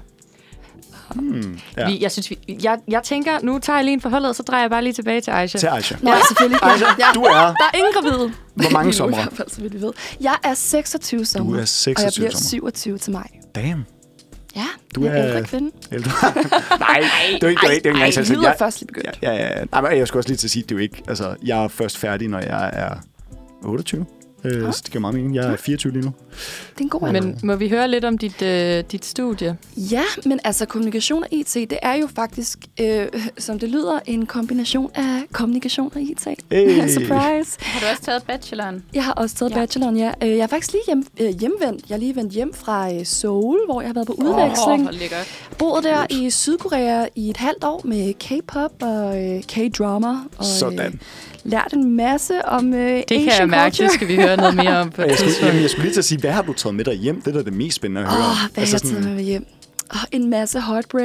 Speaker 3: Jeg tænker, nu tager jeg lige en forholdet, og så drejer jeg bare lige tilbage til Aisha.
Speaker 2: Til Aisha.
Speaker 6: Nå, selvfølgelig.
Speaker 2: Aisha, du er...
Speaker 6: Der er ingen gravide.
Speaker 2: Hvor mange sommer?
Speaker 6: Så vidt vi ved. Jeg er 26 sommer.
Speaker 2: Du er 26
Speaker 6: og jeg bliver 27 til maj.
Speaker 2: Damn.
Speaker 6: Ja, du er ældre kvinde.
Speaker 2: Nej, det er ikke engang
Speaker 6: selv. Jeg er først lige begyndt.
Speaker 2: Ja. Nej, men jeg skulle også lige til at sige, det er jo ikke... Altså, jeg er først færdig, når jeg er 28. Så det giver meget mening. Jeg er 24 lige nu.
Speaker 6: Det er en god alder.
Speaker 3: Men må vi høre lidt om dit studie?
Speaker 6: Ja, men altså kommunikation og IT, det er jo faktisk, som det lyder, en kombination af kommunikation og IT.
Speaker 2: Hey.
Speaker 5: Surprise! Har du også taget bacheloren?
Speaker 6: Jeg har også taget bacheloren, ja. Jeg er faktisk lige hjemvendt. Jeg er lige vendt hjem fra Seoul, hvor jeg har været på udveksling. Boet der i Sydkorea i et halvt år med K-pop og K-drama. Og,
Speaker 2: sådan.
Speaker 6: Lært en masse om
Speaker 3: det kan jeg mærke, det skal vi høre noget mere om på et tidspunkt.
Speaker 2: Jeg skulle lige til at sige, hvad har du taget med dig hjem? Det er da det mest spændende at høre.
Speaker 6: Hvad har jeg taget med hjem? En masse heartbreak.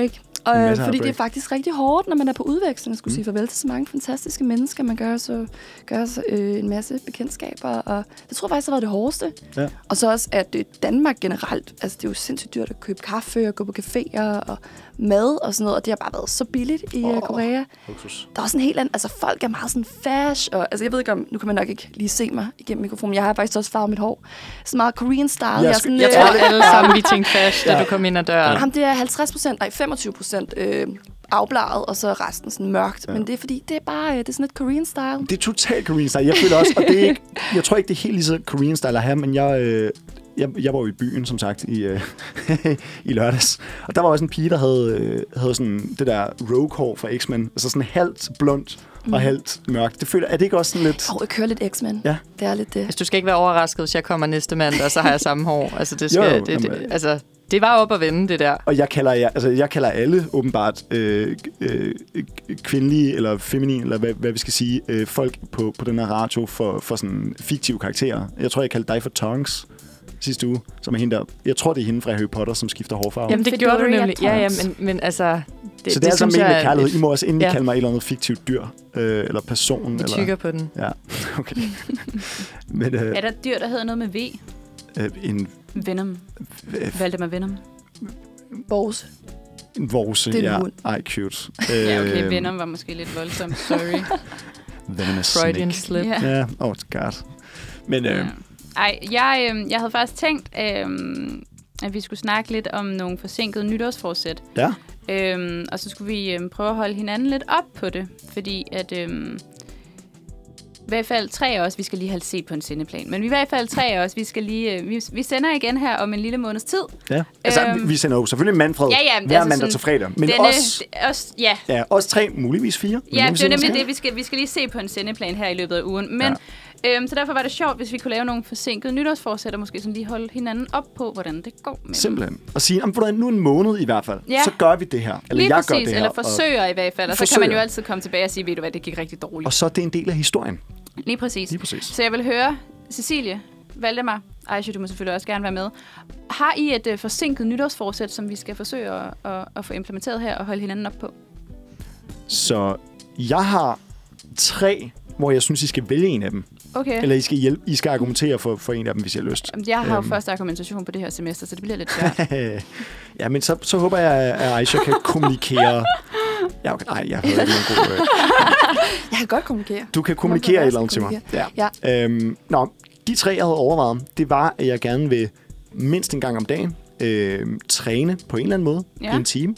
Speaker 6: Fordi det er faktisk rigtig hårdt, når man er på udveksling, skulle sige farvel til så mange fantastiske mennesker. Man gør så en masse bekendtskaber, og det tror jeg faktisk har været det hårdeste. Ja. Og så også, at Danmark generelt, altså det er jo sindssygt dyrt at købe kaffe og gå på caféer og mad og sådan noget, og det har bare været så billigt i Korea. Luksus. Der er også en helt anden, altså folk er meget sådan fash, og altså jeg ved ikke om, nu kan man nok ikke lige se mig igennem mikrofonen, jeg har faktisk også farvet mit hår. Sådan meget Korean style.
Speaker 3: Jeg tror alle sammen, vi tænkte fash, da du kom ind ad døren.
Speaker 6: Jamen, det er 25% afbladet, og så resten sådan mørkt. Ja. Men det er fordi, det er sådan et Korean style.
Speaker 2: Det er totalt Korean style. Jeg føler også, og det er ikke, jeg tror ikke, det er helt lige så Korean style at have, men jeg var jo i byen, som sagt, i lørdags. Og der var også en pige, der havde sådan det der rogue-hår fra X-Men. Altså sådan halvt blondt og halvt mørkt. Det føler, er det ikke også sådan lidt...
Speaker 6: Jeg kører lidt X-Men. Ja. Det er lidt det.
Speaker 3: Altså, du skal ikke være overrasket, hvis jeg kommer næste mandag, og så har jeg samme hår. Altså, det skal... Det var op at vende, det der.
Speaker 2: Og jeg kalder alle åbenbart kvindelige eller feminine, eller hvad vi skal sige, folk på den her radio for sådan fiktive karakterer. Jeg tror, jeg kaldte dig for Tongs sidste uge, som er hende der. Jeg tror, det er hende fra Harry Potter, som skifter hårfarve.
Speaker 3: Jamen, det gjorde du nemlig. Ja, men altså...
Speaker 2: Så det er altså med kærlighed. I må også endelig kalde mig et eller andet fiktivt dyr, eller person.
Speaker 3: Vi tykker på den.
Speaker 2: Ja, okay. Men,
Speaker 5: er der dyr, der hedder noget med V? Venom. Valdemar Venom.
Speaker 6: Vorse.
Speaker 2: En vorse, ja. Ej, cute.
Speaker 5: Ja, okay, Venom var måske lidt voldsomt. Sorry.
Speaker 2: Venomous
Speaker 3: Freudian slip.
Speaker 2: Ja, oh god. Men...
Speaker 5: jeg havde faktisk tænkt, at vi skulle snakke lidt om nogle forsinkede nytårsforsæt.
Speaker 2: Ja.
Speaker 5: Og så skulle vi prøve at holde hinanden lidt op på det, fordi at... I hvert fald 3 af os, vi skal lige have set på en sendeplan. Men i hvert fald 3 af os, vi skal lige... Vi sender igen her om en lille måneds tid.
Speaker 2: Ja, altså vi sender jo selvfølgelig Manfred hver mandag til fredag. Men os 3, muligvis 4.
Speaker 5: Ja, det er nemlig det. Vi skal lige se på en sendeplan her i løbet af ugen. Men så derfor var det sjovt, hvis vi kunne lave nogle forsinkede nytårsforsæt, og måske sådan lige holde hinanden op på, hvordan det går med
Speaker 2: simpelthen. Og sige, nu en måned i hvert fald, så gør vi det her. Eller
Speaker 5: lige
Speaker 2: jeg
Speaker 5: præcis,
Speaker 2: gør det her.
Speaker 5: Eller forsøger i hvert fald. Og så kan man jo altid komme tilbage og sige, ved du hvad, det gik rigtig dårligt.
Speaker 2: Og så er det en del af historien.
Speaker 5: Lige præcis. Så jeg vil høre, Cecilie, Valdemar, Aisha, du må selvfølgelig også gerne være med. Har I et forsinket nytårsforsæt, som vi skal forsøge at få implementeret her og holde hinanden op på?
Speaker 2: Så jeg har 3, hvor jeg synes, I skal vælge en af dem.
Speaker 5: Okay.
Speaker 2: Eller I skal argumentere for en af dem, hvis I har lyst.
Speaker 5: Jeg har jo først argumentation på det her semester, så det bliver lidt svært.
Speaker 2: Ja, men så håber jeg, at Aisha kan kommunikere. Ja, okay. Nej, jeg har ikke nogen god...
Speaker 6: Jeg kan godt kommunikere.
Speaker 2: Du kan kommunikere et eller andet til mig. Ja. De 3, jeg havde overvejet, det var, at jeg gerne vil mindst en gang om dagen træne på en eller anden måde i en time.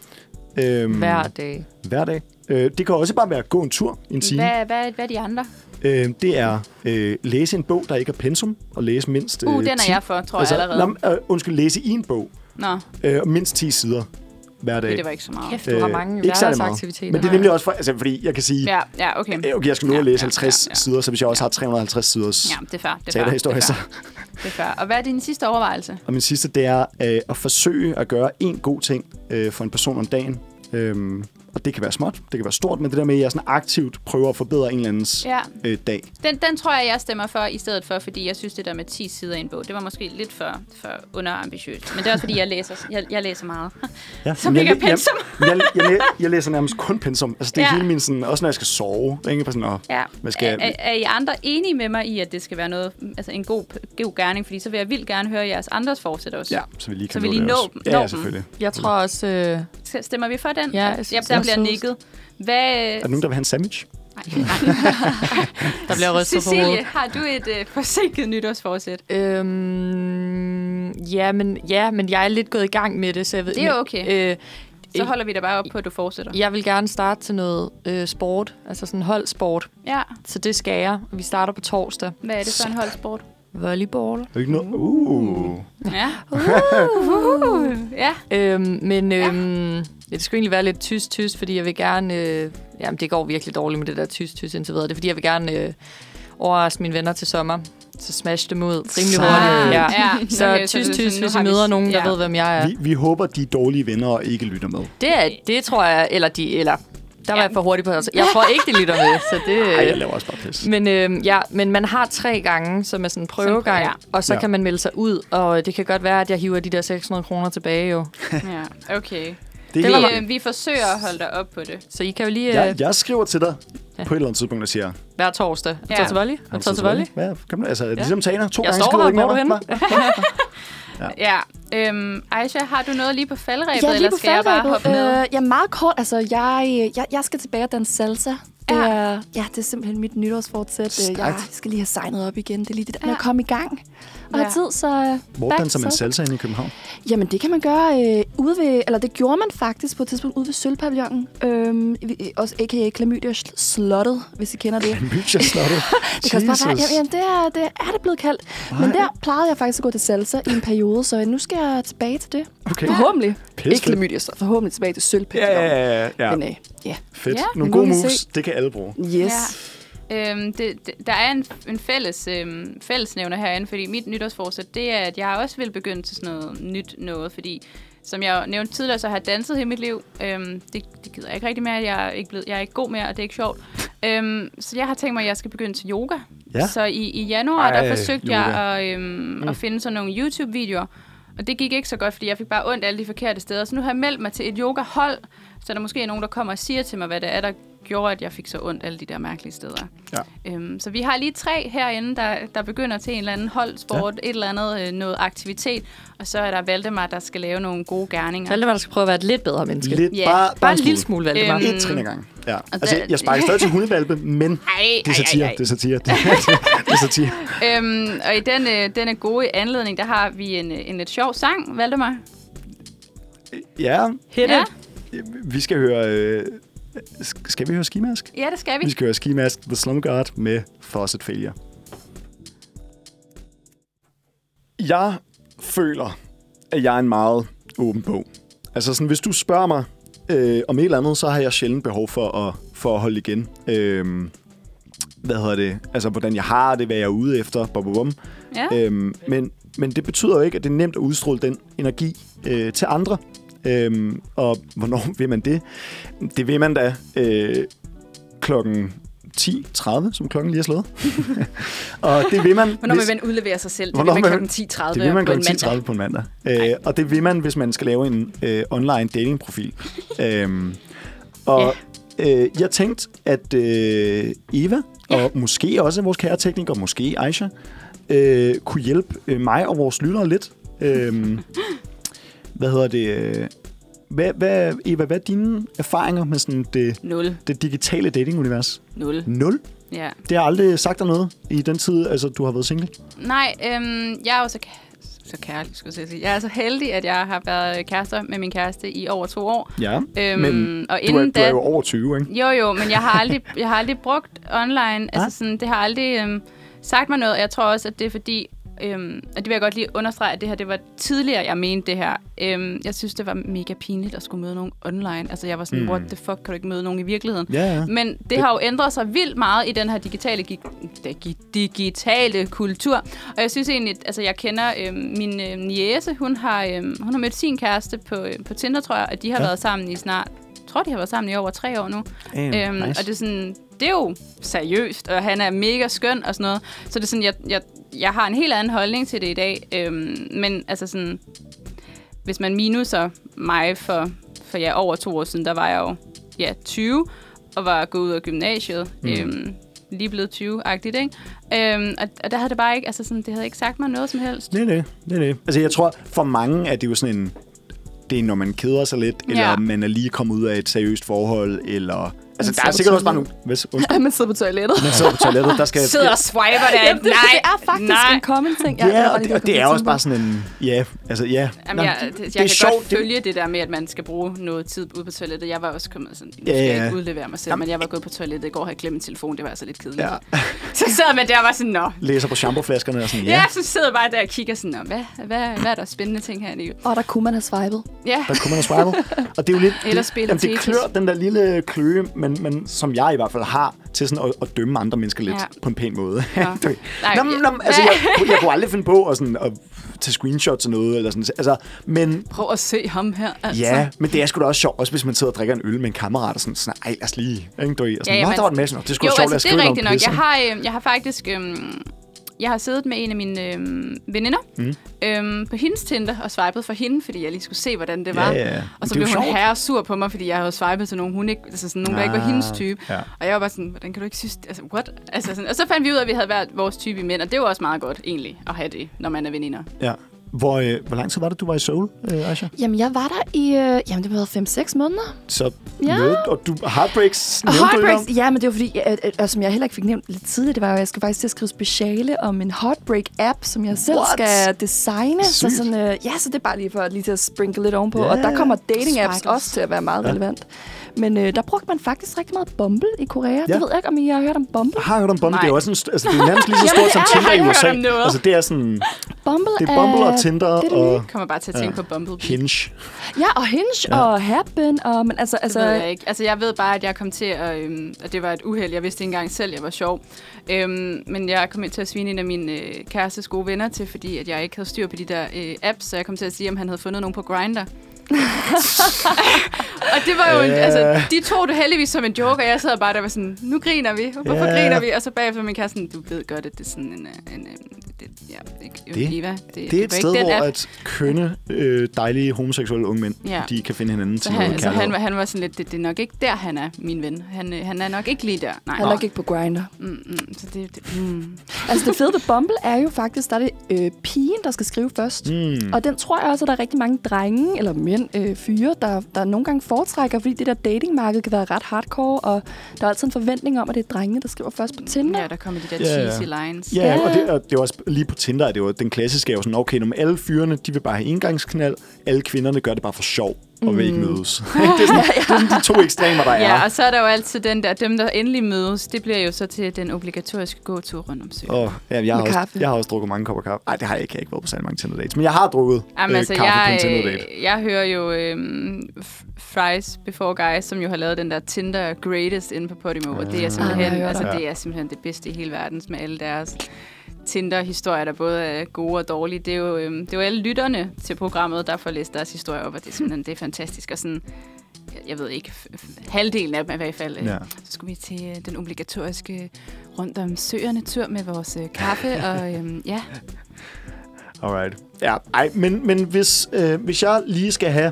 Speaker 3: Hver dag.
Speaker 2: Hver dag. Det kan også bare være at gå en tur en time.
Speaker 5: Hvad er de andre?
Speaker 2: Det er læse en bog, der ikke er pensum, og læse mindst 10.
Speaker 5: Den er jeg for, tror jeg allerede.
Speaker 2: Læse i en bog. Mindst 10 sider hver dag.
Speaker 5: Det var ikke så meget.
Speaker 3: Kæft, du har mange hverdagsaktiviteter.
Speaker 2: Men det er nemlig også fordi jeg kan sige,
Speaker 5: okay,
Speaker 2: jeg skal nu læse 50 sider, så hvis jeg også har 350 siders teaterhistorie.
Speaker 5: Det er fair. Og hvad er din sidste overvejelse?
Speaker 2: Og min sidste, det er at forsøge at gøre en god ting for en person om dagen. Og det kan være småt, det kan være stort, men det der med, at jeg sådan aktivt prøver at forbedre en eller andens dag.
Speaker 5: Den tror jeg stemmer for i stedet for, fordi jeg synes, det der med 10 sider i en bog, det var måske lidt for underambitiøst. Men det er også, fordi jeg læser meget. Som ikke er pensum.
Speaker 2: Jeg læser nærmest kun pensum. Altså, det er hele min sådan, også når jeg skal sove. Ikke sådan,
Speaker 5: er I andre enige med mig i, at det skal være noget, altså en god gerning? Fordi så vil jeg vildt gerne høre jeres andres forsæt også.
Speaker 2: Ja, så vi lige kan
Speaker 5: nå dem.
Speaker 2: Ja, selvfølgelig.
Speaker 3: Jeg tror også...
Speaker 5: Stemmer vi for den?
Speaker 3: Ja,
Speaker 5: der bliver nikket.
Speaker 2: Er der nogen, der vil have en sandwich?
Speaker 5: Nej.
Speaker 3: Der bliver rystet på hovedet.
Speaker 5: Cecilie, har du et forsinket nytårsforsæt?
Speaker 3: Ja, men jeg er lidt gået i gang med det, så jeg ved...
Speaker 5: Det er okay. Så holder vi da bare op på, at du fortsætter.
Speaker 3: Jeg vil gerne starte til noget sport, altså sådan holdsport. Ja. Så det skal jeg. Vi starter på torsdag.
Speaker 5: Hvad er det for en holdsport?
Speaker 3: Volleyball.
Speaker 2: Ikke noget?
Speaker 5: Ja.
Speaker 3: Det skulle egentlig være lidt tysk, fordi jeg vil gerne... jamen, det går virkelig dårligt med det der tysk indtil videre. Det er, fordi jeg vil gerne overraske mine venner til sommer. Så smash dem ud rimelig hurtigt. Ja. Så tysk, hvis I møder nogen, der ved, hvem jeg er.
Speaker 2: Vi håber, de er dårlige venner og ikke lytter med.
Speaker 3: Det tror jeg... Der var jeg for hurtigt på. Altså. Jeg tror ikke, de lytter med. Så det,
Speaker 2: jeg laver også bare pis.
Speaker 3: Men man har 3 gange, som er sådan en prøvegang, og så kan man melde sig ud. Og det kan godt være, at jeg hiver de der 600 kroner tilbage jo.
Speaker 5: Ja, okay. Vi forsøger at holde dig op på det.
Speaker 3: Så I kan jo lige...
Speaker 2: Jeg skriver til dig på et eller andet tidspunkt og siger...
Speaker 3: Hver torsdag. Tager til volley? Tager til volley?
Speaker 2: Altså, ligesom taler 2 gange.
Speaker 3: Jeg står her, hvor er du henne?
Speaker 5: Ja. Aisha, har du noget lige på faldrebet, eller skal jeg bare hoppe ned?
Speaker 6: Ja, meget kort. Altså, jeg skal tilbage og danse salsa. Det er simpelthen mit nytårsfortsæt. Jeg skal lige have signet op igen. Det er lige det der med at komme i gang. Og have tid, så...
Speaker 2: Hvor danser man salsa inde i København?
Speaker 6: Jamen, det kan man gøre ude ved... Eller det gjorde man faktisk på et tidspunkt ude ved Sølvpavillonen. Også a.k.a. Klamydia-slottet, hvis I kender det.
Speaker 2: Klamydia-slottet?
Speaker 6: Det kan også bare være... Jamen, det er det blevet kaldt. Men der plejede jeg faktisk at gå til salsa i en periode, så nu skal jeg tilbage til det.
Speaker 2: Okay.
Speaker 6: Forhåbentlig. Ikke Klamydia-slottet. Forhåbentlig tilbage til Sølvpavillonen.
Speaker 2: Ja.
Speaker 6: Men
Speaker 2: fedt. Nogle gode moves, det kan alle bruge.
Speaker 6: Yes.
Speaker 5: Ja. Der er en fællesnævner herinde, fordi mit nytårsforsæt, det er, at jeg også vil begynde til sådan noget nyt noget, fordi som jeg nævnte tidligere, så har jeg danset hele mit liv. Det gider jeg ikke rigtig mere. Jeg er ikke god mere, og det er ikke sjovt. Så jeg har tænkt mig, at jeg skal begynde til yoga. Ja. Så i januar, der forsøgte jeg at finde sådan nogle YouTube-videoer, og det gik ikke så godt, fordi jeg fik bare ondt alle de forkerte steder. Så nu har jeg meldt mig til et yogahold, så der måske er nogen, der kommer og siger til mig, hvad det er, der gjorde, at jeg fik så ondt alle de der mærkelige steder. Ja. Så vi har lige 3 herinde, der begynder til en eller anden holdsport, et eller andet, noget aktivitet, og så er der Valdemar, der skal lave nogle gode gerninger.
Speaker 3: Valdemar, der skal prøve at være et lidt bedre menneske.
Speaker 2: Lidt,
Speaker 3: bare en lille smule, Valdemar.
Speaker 2: Et trin ad gang. Ja. Altså, jeg sparker stadig til hundevalpe, men det er satire. Det er satire.
Speaker 5: Og i denne gode anledning, der har vi en lidt sjov sang, Valdemar.
Speaker 2: Ja.
Speaker 3: Hit it.
Speaker 2: Vi skal høre... Skal vi høre Ski Mask?
Speaker 5: Ja, det skal vi.
Speaker 2: Vi skal høre Ski Mask, The Slum God med Faucet Failure. Jeg føler, at jeg er en meget åben bog. Altså sådan, hvis du spørger mig om et eller andet, så har jeg sjældent behov for at holde igen. Altså, hvordan jeg har det, hvad jeg er ude efter. Ja. Men det betyder jo ikke, at det er nemt at udstråle den energi til andre. Og hvornår vil man det? Det vil man da klokken 10.30, som klokken lige er slået. Og det vil man...
Speaker 5: Hvornår vil man udlevere sig selv? Det vil man klokken 10.30
Speaker 2: det vil man klokken 10.30 på en mandag. Og det vil man, hvis man skal lave en online datingprofil. Jeg tænkte, at Eva, og måske også vores kære tekniker, måske Aisha, kunne hjælpe mig og vores lyttere lidt. Eva, hvad er dine erfaringer med sådan det digitale datingunivers? 0?
Speaker 5: Ja.
Speaker 2: Det har aldrig sagt dig noget i den tid, altså du har været single?
Speaker 5: Nej, jeg er jo så kærlig, skulle jeg sige. Jeg er så heldig, at jeg har været kærester med min kæreste i over 2 år.
Speaker 2: Ja, men og du er jo over 20, ikke?
Speaker 5: Jo, men jeg har aldrig brugt online. Altså sådan, det har aldrig sagt mig noget. Jeg tror også, at det er fordi... og det vil jeg godt lige understrege, at det her, det var tidligere, jeg mente det her. Jeg synes, det var mega pinligt at skulle møde nogen online. Altså, jeg var sådan, what the fuck, kan du ikke møde nogen i virkeligheden?
Speaker 2: Yeah.
Speaker 5: Men det har jo ændret sig vildt meget i den her digitale kultur. Og jeg synes egentlig, altså, jeg kender min niece, hun har mødt sin kæreste på Tinder, tror jeg, at de har været sammen i snart... Jeg tror, de har været sammen i over 3 år nu. Nice. Og det er sådan... Det er jo seriøst, og han er mega skøn og sådan noget. Så det er sådan, jeg har en helt anden holdning til det i dag. Men altså sådan, hvis man minuser mig for over 2 år siden, der var jeg jo 20 og var gået ud af gymnasiet. Lige blevet 20-agtigt, ikke? Og der havde det bare ikke, altså sådan, det havde ikke sagt mig noget som helst.
Speaker 2: Det er det. Altså jeg tror, for mange er det jo sådan en, det er når man keder sig lidt, eller man er lige kommet ud af et seriøst forhold, eller... Altså, der er sikkert også bare nogle...
Speaker 6: Man sidder på toilettet.
Speaker 2: Der skal...
Speaker 5: Sidder og swiper der.
Speaker 6: Jamen, det er faktisk en common ting.
Speaker 2: Og det er også bare sådan en... Ja, altså, ja.
Speaker 5: Jamen, jeg kan godt følge det der med, at man skal bruge noget tid ude på toilettet. Jeg var også kommet sådan... Nu skal jeg ikke udlevere mig selv, men jeg var gået på toilettet i går og havde glemt min telefon. Det var altså lidt kedeligt. Ja. Så sidder man der og var sådan, nå.
Speaker 2: Læser på shampooflaskerne og sådan,
Speaker 5: ja. Så sidder bare der og kigger sådan, hvad er der spændende ting her i livet?
Speaker 6: Og der kunne man have swipet.
Speaker 5: Ja.
Speaker 2: Der kunne man have swipet. Og det er jo lidt...
Speaker 5: Eller spille
Speaker 2: det klør den der lille kløe, men som jeg i hvert fald har til sådan at dømme andre mennesker lidt på en pæn måde. Ja. Altså, jeg kunne aldrig finde på at tage screenshots og noget eller sådan. Altså, men
Speaker 5: prøv at se ham her. Altså.
Speaker 2: Ja, men det er sgu da også sjovt, også hvis man sidder og drikker en øl med en kammerat og sådan, ej, lad os lige, ikke? Og sådan, der var en masse. Det skulle sjovt at skrive
Speaker 5: det er rigtigt nok. Jeg har faktisk jeg har siddet med en af mine veninder på hendes Tinder og swipet for hende, fordi jeg lige skulle se, hvordan det var. Ja. Og så blev hun herresur på mig, fordi jeg havde swipet til nogen, nogen der ikke var hendes type. Ja. Og jeg var bare sådan, hvordan kan du ikke synes... Altså, what? Altså, sådan, og så fandt vi ud af, at vi havde været vores type i mænd, og det var også meget godt, egentlig, at have det, når man er veninder. Ja.
Speaker 2: Hvor lang tid var det, du var i Seoul, Aisha?
Speaker 6: Jamen, jeg var der i det var 5-6 måneder.
Speaker 2: Så og du heartbreaks,
Speaker 6: ja, men det var fordi, som jeg heller ikke fik nævnt lidt tidligt, det var jo, at jeg skulle faktisk til at skrive speciale om en heartbreak-app, som jeg selv skal designe. Så, sådan, så det er bare lige for lige til at sprinkle lidt ovenpå. Og der kommer dating-apps også til at være meget relevant. Men der brugte man faktisk rigtig meget Bumble i Korea. Ja. Det ved jeg ikke, om I har hørt om Bumble.
Speaker 2: Jeg har hørt om Bumble. Det er også det er nærmest lige så stort som Tinder i USA. Altså, det er sådan...
Speaker 6: Bumble
Speaker 2: og Tinder og...
Speaker 5: Kommer bare til at tænke på Bumble.
Speaker 2: Hinge.
Speaker 6: Ja, og Hinge og Happen. Og, men altså,
Speaker 5: det ved jeg ikke. Altså, jeg ved bare, at jeg kom til at det var et uheld. Jeg vidste ikke engang selv, jeg var sjov. Men jeg kom til at svine en af mine kærestes gode venner til, fordi at jeg ikke havde styr på de der apps. Så jeg kom til at sige, om han havde fundet nogen på Grindr. Og det var jo de tog det heldigvis som en joke, og jeg sad bare der var sådan, nu griner vi. Hvorfor griner vi? Og så bagefter min kæreste sådan, du ved godt, at det er sådan
Speaker 2: det er et sted, hvor at kønne, dejlige, homoseksuelle unge mænd, de kan finde hinanden til noget kærlighed.
Speaker 5: Så han var sådan lidt, det er nok ikke der, han er, min ven. Han er nok ikke lige der. Nej.
Speaker 6: Han er nok ikke på Grindr. Altså det fede ved Bumble er jo faktisk, der er det pigen, der skal skrive først. Og den tror jeg også, at der er rigtig mange drenge, eller mænd, fyre, der nogle gange foretrækker, fordi det der datingmarked kan være ret hardcore, og der er altid en forventning om, at det er drengene, der skriver først på Tinder.
Speaker 5: Ja, der kommer de der cheesy lines.
Speaker 2: Ja, og det er også lige på Tinder, det var den klassiske, er jo sådan, okay, når alle fyrene, de vil bare have engangsknald, alle kvinderne gør det bare for sjov, og vil ikke mødes. Det er sådan de to ekstremer, der er.
Speaker 5: Ja, og så er der jo altid dem, der endelig mødes, det bliver jo så til den obligatoriske gåtur rundt om søen.
Speaker 2: Jeg har også drukket mange kopper kaffe. Nej, det har jeg ikke. Jeg har ikke været på særlig mange Tinder-dates, men jeg har drukket kaffe på en Tinder-date.
Speaker 5: Jeg hører jo Fries Before Guys, som jo har lavet den der Tinder Greatest inde på Podimo, og det er simpelthen det bedste i hele verden med alle deres Tinder-historier, der både er gode og dårlige. Det er jo alle lytterne til programmet, der får læst deres historier op, og det er simpelthen det er fantastisk. Og sådan, jeg ved ikke, halvdelen af dem i hvert fald. Så skulle vi til den obligatoriske rundt om søerne tur med vores kaffe, og ja.
Speaker 2: Alright. Ja, men hvis jeg lige skal have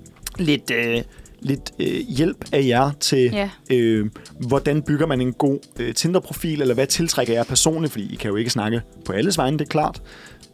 Speaker 2: lidt hjælp af jer til, hvordan bygger man en god Tinder-profil, eller hvad tiltrækker jeg personligt, fordi I kan jo ikke snakke på alles vegne, det er klart.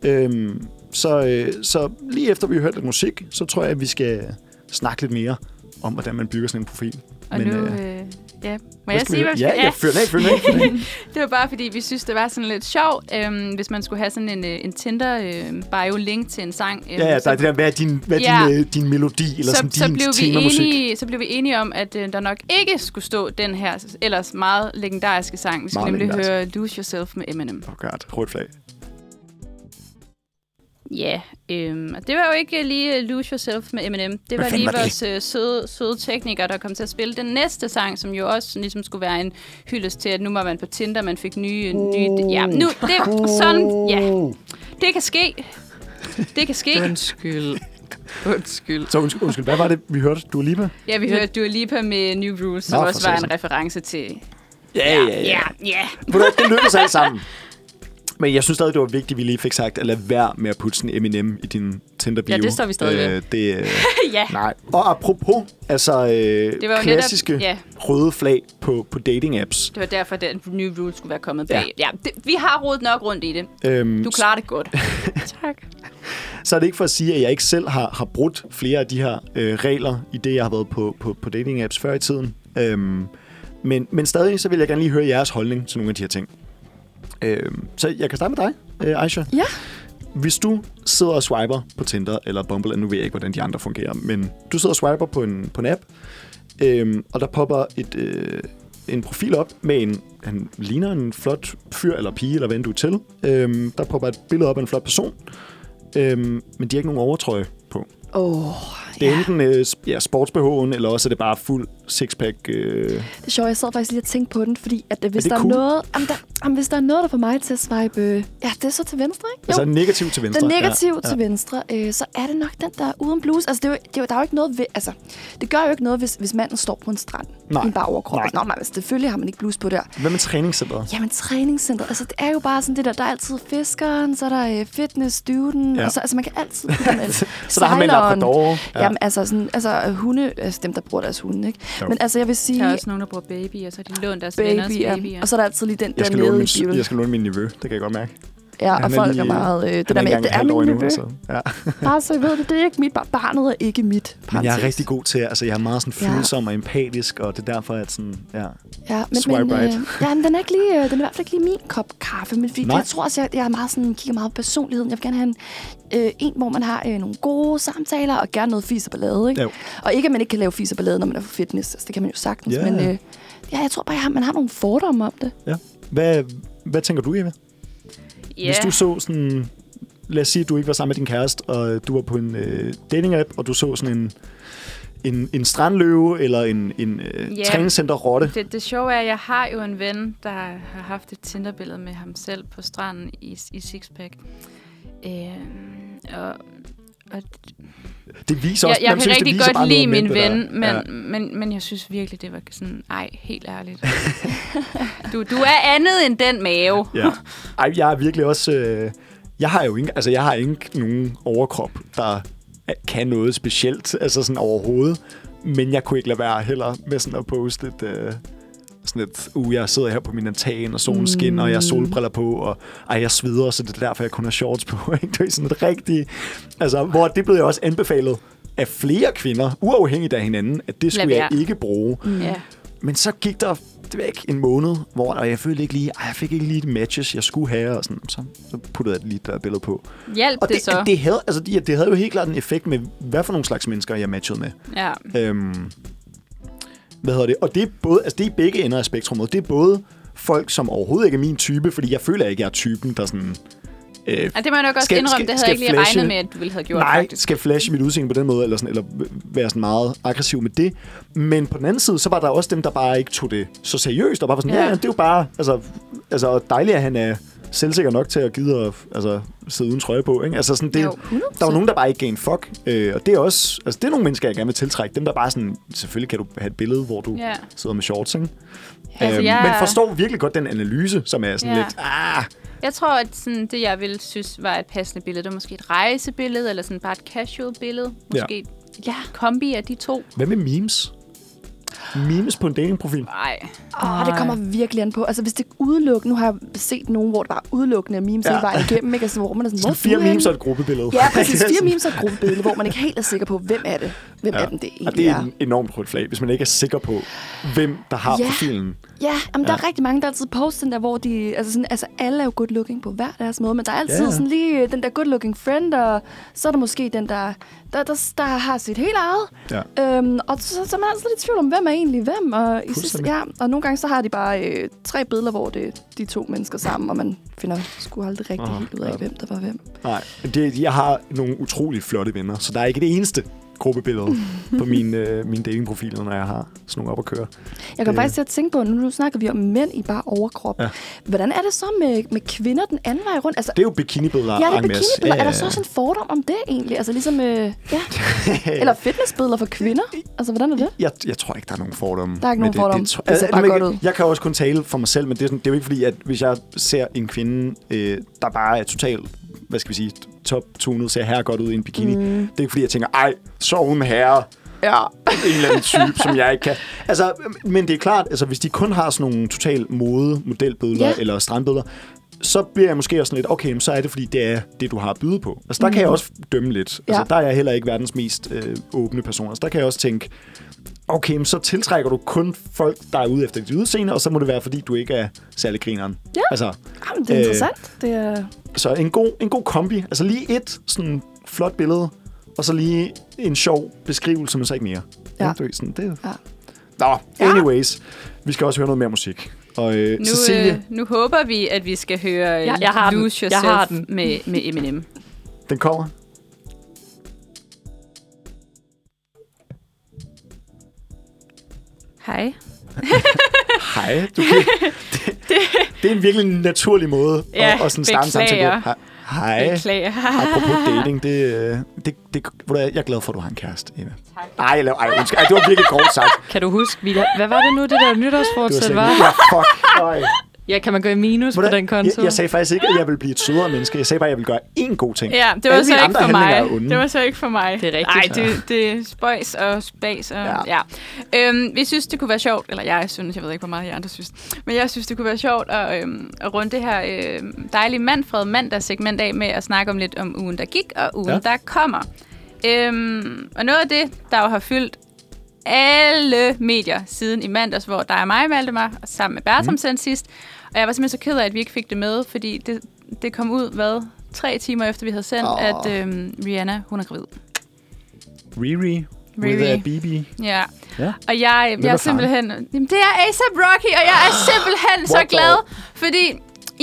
Speaker 2: Så lige efter vi har hørt lidt musik, så tror jeg, at vi skal snakke lidt mere om, hvordan man bygger sådan en profil.
Speaker 5: Og nu, må jeg sige, hvad vi skal?
Speaker 2: Ja, følg af.
Speaker 5: Det var bare, fordi vi synes, det var sådan lidt sjovt, hvis man skulle have sådan en Tinder-bio-link til en sang.
Speaker 2: Der er det der, hvad er din melodi, eller sådan din temamusik?
Speaker 5: Så blev vi enige om, at der nok ikke skulle stå den her ellers meget legendariske sang. Vi skal nemlig høre Lose Yourself med Eminem.
Speaker 2: Rødt flag.
Speaker 5: Ja, det var jo ikke lige Lose Yourself med Eminem. Det var lige vores søde teknikere, der kom til at spille den næste sang, som jo også ligesom skulle være en hyldest til, at nu var man på Tinder, man fik nye ja, nu, det sådan, ja. Det kan ske. Det kan ske.
Speaker 3: Undskyld.
Speaker 2: Så undskyld, hvad var det, vi hørte? Dua Lipa?
Speaker 5: Ja, vi hørte Dua Lipa med New Rules, som også var en reference til...
Speaker 2: Ja. Det lykkedes alle sammen. Men jeg synes stadig, det var vigtigt, at vi lige fik sagt, at lade være med at putte sådan Eminem i din Tinder-bio.
Speaker 5: Ja, det står vi stadig ved.
Speaker 2: Nej. Og apropos, altså det var klassiske røde flag på dating-apps.
Speaker 5: Det var derfor, at New Rules skulle være kommet bag. Ja, vi har rodet nok rundt i det. Du klarer det godt. Tak.
Speaker 2: Så er det ikke for at sige, at jeg ikke selv har brudt flere af de her regler, i det, jeg har været på dating-apps før i tiden. Men stadig, så vil jeg gerne lige høre jeres holdning til nogle af de her ting. Så jeg kan starte med dig, Aisha.
Speaker 6: Ja.
Speaker 2: Hvis du sidder og swiper på Tinder eller Bumble, nu ved jeg ikke, hvordan de andre fungerer, men du sidder og swiper på en app, og der popper en profil op med han ligner en flot fyr eller pige, eller hvad end du er til. Der popper et billede op af en flot person, men de har ikke nogen overtrøje på. Det er enten sports-BH'en, eller også er det bare fuld sixpack.
Speaker 6: Det er sjovt, jeg sad faktisk lige og tænkte på den, fordi at hvis der er noget, hvis der er noget, der får mig til at swipe, det er så til venstre, ikke?
Speaker 2: Altså negativ til venstre.
Speaker 6: Den negativ til venstre, så er det nok den der uden bluse. Altså, der er jo ikke noget ved, altså, det gør jo ikke noget, hvis manden står på en strand i en bare overkrop. Nej, selvfølgelig har man ikke bluse på der.
Speaker 2: Hvad med træningscenteret?
Speaker 6: Jamen, træningscenteret, altså, det er jo bare sådan det der er altid fiskeren, så er der fitness-studenten, og så, altså, man kan altid
Speaker 2: så der har man Labrador.
Speaker 6: Jamen, altså hunde, altså dem, der bruger deres hunde, ikke? Jo. Men altså, jeg vil sige...
Speaker 5: Der er også nogen, der bruger baby, og så har de lånt deres venners babyer.
Speaker 6: Og så er der altid lige den der nede i bilen.
Speaker 2: Jeg skal låne min nevø, det kan jeg godt mærke.
Speaker 6: Ja, og folk er meget... det der med, det er min nevø.
Speaker 2: Ja.
Speaker 6: Bare så I ved det er ikke mit barnet er ikke mit.
Speaker 2: Men jeg er rigtig god til, altså jeg er meget sådan følsom og empatisk, og det er derfor, at sådan,
Speaker 6: swipe right. Men den er ikke lige, den er i hvert fald ikke lige min kop kaffe, men jeg tror også, jeg er meget sådan, kigger meget på personligheden. Jeg vil gerne have en, hvor man har nogle gode samtaler, og gerne noget fis og ballade, ikke? Jo. Og ikke, at man ikke kan lave fis og ballade, når man er for fitness. Altså, det kan man jo sagtens, men jeg tror bare, man har nogle fordomme om det. Ja.
Speaker 2: Hvad tænker du, Eva? Yeah. Hvis du så sådan... Lad os sige, at du ikke var sammen med din kæreste, og du var på en dating-app, og du så sådan en strandløve eller en træningscenter-rotte.
Speaker 5: Det sjove er, at jeg har jo en ven, der har haft et Tinder-billede med ham selv på stranden i sixpack. Og det viser også, jeg kan rigtig godt lide min ven, men jeg synes virkelig, det var sådan, helt ærligt. Du er andet end den mave.
Speaker 2: Ja. Ej, jeg er virkelig også... jeg har ikke nogen overkrop, der kan noget specielt, altså sådan overhovedet. Men jeg kunne ikke lade være heller med sådan at poste jeg sidder her på min altan, og solen skinner, og jeg har solbriller på, og jeg sveder, så det er derfor, jeg kun har shorts på. Ikke? Det er sådan et rigtigt... Altså, hvor det blev jeg også anbefalet af flere kvinder, uafhængigt af hinanden, at det skulle jeg ikke bruge. Men så gik der en måned, hvor jeg følte ikke lige, jeg fik ikke lige de matches, jeg skulle have, og sådan, så puttede jeg lige der billede på.
Speaker 5: Hjælp og det så?
Speaker 2: Det havde jo helt klart en effekt med, hvad for nogle slags mennesker, jeg matchede med. Ja. Og det er både, altså det er begge ender af spektrummet. Det er både folk, som overhovedet ikke er min type, fordi jeg føler ikke, jeg er typen, der sådan...
Speaker 5: det må jeg nok også indrømme, det havde jeg ikke lige regnet med, at du ville have gjort.
Speaker 2: Nej, skal flashe mit udseende på den måde, eller være sådan meget aggressiv med det. Men på den anden side, så var der også dem, der bare ikke tog det så seriøst, og bare var sådan, det er jo bare... Altså dejligt, at han er selvsikker nok til at gide at sidde uden trøje på, ikke? Altså sådan, der var nogen, der bare ikke gav en fuck. Og det er også... Altså, det er nogle mennesker, jeg gerne vil tiltrække. Dem, der bare sådan... Selvfølgelig kan du have et billede, hvor du sidder med shorts, ikke? Men forstår virkelig godt den analyse, som er sådan lidt...
Speaker 5: Jeg tror, at sådan, det, jeg ville synes, var et passende billede, det var måske et rejsebillede, eller sådan bare et casual billede. Måske et kombi af de to.
Speaker 2: Hvad med memes? Memes på en datingprofil?
Speaker 6: Nej. Det kommer virkelig an på. Altså, hvis det er udelukkende... Nu har jeg set nogen, hvor det bare udelukkende er memes hele vejen igennem, ikke? Altså, hvor man er sådan...
Speaker 2: 4 memes og et gruppebillede.
Speaker 6: Ja, præcis. 4 memes og et gruppebillede, hvor man ikke helt er sikker på, hvem er det? Hvem er den, det egentlig er?
Speaker 2: Og det er et enormt rødt flag, hvis man ikke er sikker på, hvem der har profilen.
Speaker 6: Ja, der er rigtig mange, der altid poster den der, hvor de... Altså, alle er jo good looking på hver deres måde, men der er altid sådan lige den der good looking friend, og så er der måske den der har sit helt eget. Ja. Og så er man altid lidt i tvivl om, hvem er egentlig hvem. Og, og nogle gange så har de bare 3 billeder, hvor det er de 2 mennesker sammen, og man finder sgu aldrig rigtig helt ud af, hvem der var hvem.
Speaker 2: Nej, jeg har nogle utroligt flotte venner, så der er ikke det eneste gruppebillede på min datingprofil, når jeg har sådan nogle op at køre.
Speaker 6: Jeg kan faktisk til at tænke på, nu snakker vi om mænd i bare overkrop. Ja. Hvordan er det så med kvinder den anden vej rundt? Altså,
Speaker 2: det er jo bikinibilleder.
Speaker 6: Ja, det er bikinibilleder. Er der så også en fordom om det egentlig? Altså ligesom, eller fitnessbilleder for kvinder? Altså, hvordan er det?
Speaker 2: Jeg tror ikke, der er nogen fordomme.
Speaker 6: Der er ikke nogen fordomme. Det ser bare godt ud.
Speaker 2: Jeg kan også kun tale for mig selv, men det er jo ikke fordi, at hvis jeg ser en kvinde, der bare er totalt, hvad skal vi sige, top-tunet, ser her godt ud i en bikini. Det er ikke fordi, jeg tænker, så hun herre. Ja. En eller anden type, som jeg ikke kan. Altså, men det er klart, altså, hvis de kun har sådan nogle total modelbilleder eller strandbilleder, så bliver jeg måske også sådan lidt, okay, så er det fordi, det er det, du har at byde på. Altså, der kan jeg også dømme lidt. Altså, der er jeg heller ikke verdens mest åbne person. Altså, der kan jeg også tænke, okay, så tiltrækker du kun folk, der er ude efter dit udseende, og så må det være, fordi du ikke er særlig grineren.
Speaker 6: Ja, altså, det er interessant. Det er...
Speaker 2: Så en god kombi. Altså lige et sådan flot billede, og så lige en sjov beskrivelse, men så ikke mere.
Speaker 6: Ja.
Speaker 2: Sådan, det. Ja. Nå, anyways. Vi skal også høre noget mere musik. Og Cecilie...
Speaker 5: Nu håber vi, at vi skal høre Lose Yourself med Eminem.
Speaker 2: Den kommer.
Speaker 5: Hej.
Speaker 2: Hej. Det er en virkelig naturlig måde at sådan starte en samtale på. Hej.
Speaker 5: Beklager.
Speaker 2: Apropos dating, jeg er glad for, at du har en kæreste, Eva. Ej, undskyld. Det var virkelig grovt sagt.
Speaker 3: Kan du huske, hvad var det nu, det der nytårsforsæt var?
Speaker 2: Ja, fuck.
Speaker 3: Ja, kan man gå i minus på den konto?
Speaker 2: Jeg sagde faktisk ikke, at jeg ville blive et sødere menneske. Jeg sagde bare, at jeg ville gøre én god ting.
Speaker 5: Ja, det var så ikke for mig.
Speaker 2: Det
Speaker 5: var så ikke for mig.
Speaker 3: Det er rigtigt.
Speaker 5: Nej, det er spøjs og spas. Ja. Vi synes, det kunne være sjovt, eller jeg ved ikke, hvor meget jeg andre synes, men jeg synes, det kunne være sjovt at runde det her dejlige Manfred Mandag-segment af med at snakke om lidt om ugen, der gik, og ugen, der kommer. Og noget af det, der jo har fyldt alle medier siden i mandags, hvor der er mig, Valdemar, sammen med Bertram siden sidst. Og jeg var simpelthen så ked af, at vi ikke fik det med, fordi det kom ud, 3 timer efter vi havde sendt, at Rihanna, hun er gravid.
Speaker 2: Riri. With a BB.
Speaker 5: Ja. Og jeg er simpelthen... Jamen, det er A$AP Rocky, og jeg er simpelthen så glad, fordi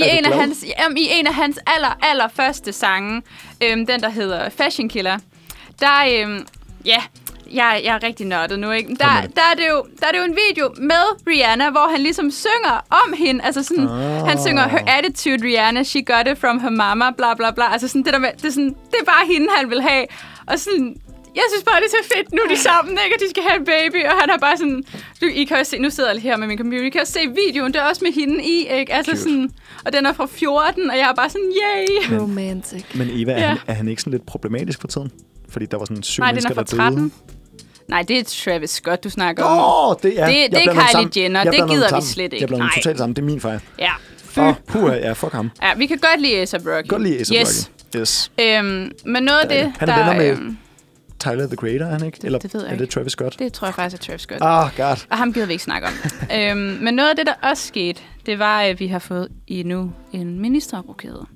Speaker 5: i en af hans aller første sange, den der hedder Fashion Killer, der... Jeg er rigtig nørdet nu, ikke? Der er det jo en video med Rihanna, hvor han ligesom synger om hende. Altså sådan, han synger her attitude, Rihanna, she got it from her mama, bla bla bla. Altså sådan, det der med, det er bare hende, han vil have. Og sådan, jeg synes bare, det er så fedt, nu er de sammen, ikke? Og de skal have en baby, og han er bare sådan... I kan jo se, nu sidder jeg her med min computer, I kan jo se videoen, det er også med hende i, ikke? Altså sådan, og den er fra 14, og jeg er bare sådan, yay!
Speaker 6: Romantic.
Speaker 2: Men Eva, er han ikke sådan lidt problematisk for tiden? Fordi der var sådan 7 mennesker, der døde.
Speaker 5: Nej, den er fra 13. Nej, det er Travis Scott, du snakker om.
Speaker 2: Det er
Speaker 5: Kylie Jenner, det gider vi slet ikke.
Speaker 2: Jeg blander totalt sammen, det er min fejl.
Speaker 5: Ja.
Speaker 2: Fuck ham.
Speaker 5: Ja, vi kan godt lide A$AP Rocky.
Speaker 2: Godt lide A$AP Rocky. Yes.
Speaker 5: Men noget af det,
Speaker 2: han er venner med Tyler, the Creator, er han ikke? Eller
Speaker 5: det ved jeg
Speaker 2: er det Travis Scott?
Speaker 5: Det tror jeg faktisk er Travis Scott.
Speaker 2: God.
Speaker 5: Og ham gider vi ikke snakke om. Men noget af det, der også skete, det var, at vi har fået endnu en ministerrokade.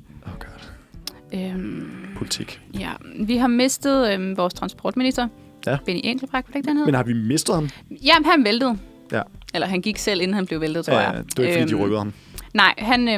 Speaker 2: Politik.
Speaker 5: Ja, vi har mistet vores transportminister. Benny Engelbrecht, var det ikke den hed?
Speaker 2: Men har vi mistet ham?
Speaker 5: Jamen, han væltede.
Speaker 2: Ja.
Speaker 5: Eller han gik selv, inden han blev væltet, tror jeg.
Speaker 2: Det var ikke, fordi de rykkede ham.
Speaker 5: Nej,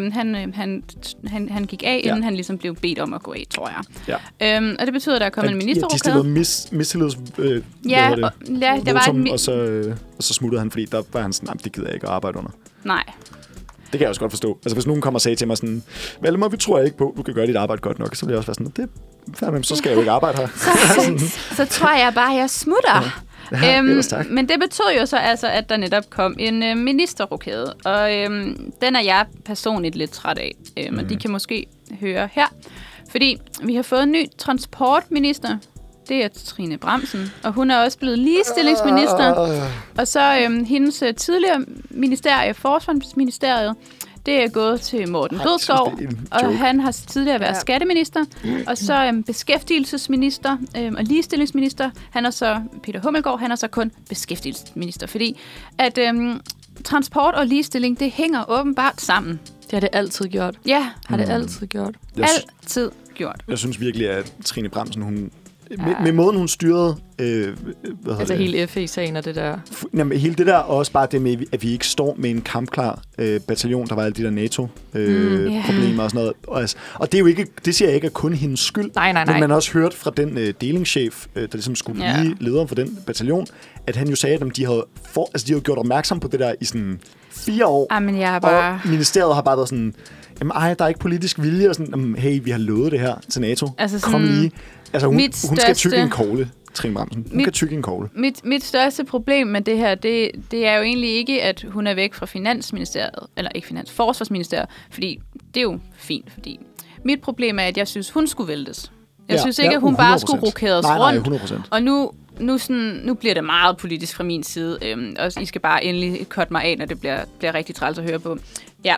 Speaker 5: han gik af, inden han ligesom blev bedt om at gå af, tror jeg. Ja. Og det betyder, at der er kommet en ministerrokade.
Speaker 2: Ja, de stillede mistillids...
Speaker 5: der var
Speaker 2: og så smuttede han, fordi der var han sådan, det gider jeg ikke at arbejde under.
Speaker 5: Nej.
Speaker 2: Det kan jeg også godt forstå. Altså, hvis nogen kommer og sagde til mig sådan, Valdemar, vi tror jeg ikke på, du kan gøre dit arbejde godt nok, så vil jeg også være sådan, det er færdigt, så skal jeg jo ikke arbejde her.
Speaker 5: så tror jeg bare, jeg smutter.
Speaker 2: Ja,
Speaker 5: men det betød jo så altså, at der netop kom en ministerrokade, og den er jeg personligt lidt træt af. Og de kan måske høre her, fordi vi har fået en ny transportminister. Det er Trine Bramsen, og hun er også blevet ligestillingsminister. Og så hendes tidligere ministerie, Forsvarsministeriet, det er gået til Morten Bødskov, og han har tidligere været skatteminister. Og så beskæftigelsesminister og ligestillingsminister. Han er så Peter Hummelgaard, han er så kun beskæftigelsesminister, fordi at transport og ligestilling, det hænger åbenbart sammen.
Speaker 3: Det har det altid gjort.
Speaker 5: Ja.
Speaker 3: Har det altid gjort.
Speaker 5: Altid gjort.
Speaker 2: Jeg synes virkelig, at Trine Bramsen, hun... Med måden, hun styrede...
Speaker 3: altså hele FE-sagen og det der...
Speaker 2: Jamen, hele det der, og også bare det med, at vi ikke står med en kampklar bataljon, der var alle de der NATO-problemer og sådan noget. Og det er jo ikke, det siger jeg ikke er kun hendes skyld.
Speaker 3: Nej.
Speaker 2: Men man har også hørt fra den delingschef, der ligesom skulle blive lederen for den bataljon, at han jo sagde, at de havde gjort opmærksom på det der i sådan 4 år.
Speaker 5: Men jeg har bare...
Speaker 2: Og ministeriet har bare været sådan... Jamen, der er ikke politisk vilje, og sådan, hey, vi har lovet det her til NATO.
Speaker 5: Altså
Speaker 2: kom lige. Altså, hun skal tykke en kogle, Trine Bramsen. Hun kan tykke en kogle.
Speaker 5: Mit største problem med det her, det er jo egentlig ikke, at hun er væk fra Finansministeriet, eller ikke Forsvarsministeriet, fordi det er jo fint, fordi mit problem er, at jeg synes, hun skulle væltes. Jeg synes ikke, at hun 100%. Bare skulle rokeres rundt.
Speaker 2: 100%.
Speaker 5: Og nu bliver det meget politisk fra min side, og I skal bare endelig cutte mig af, når det bliver rigtig træls at høre på. Ja.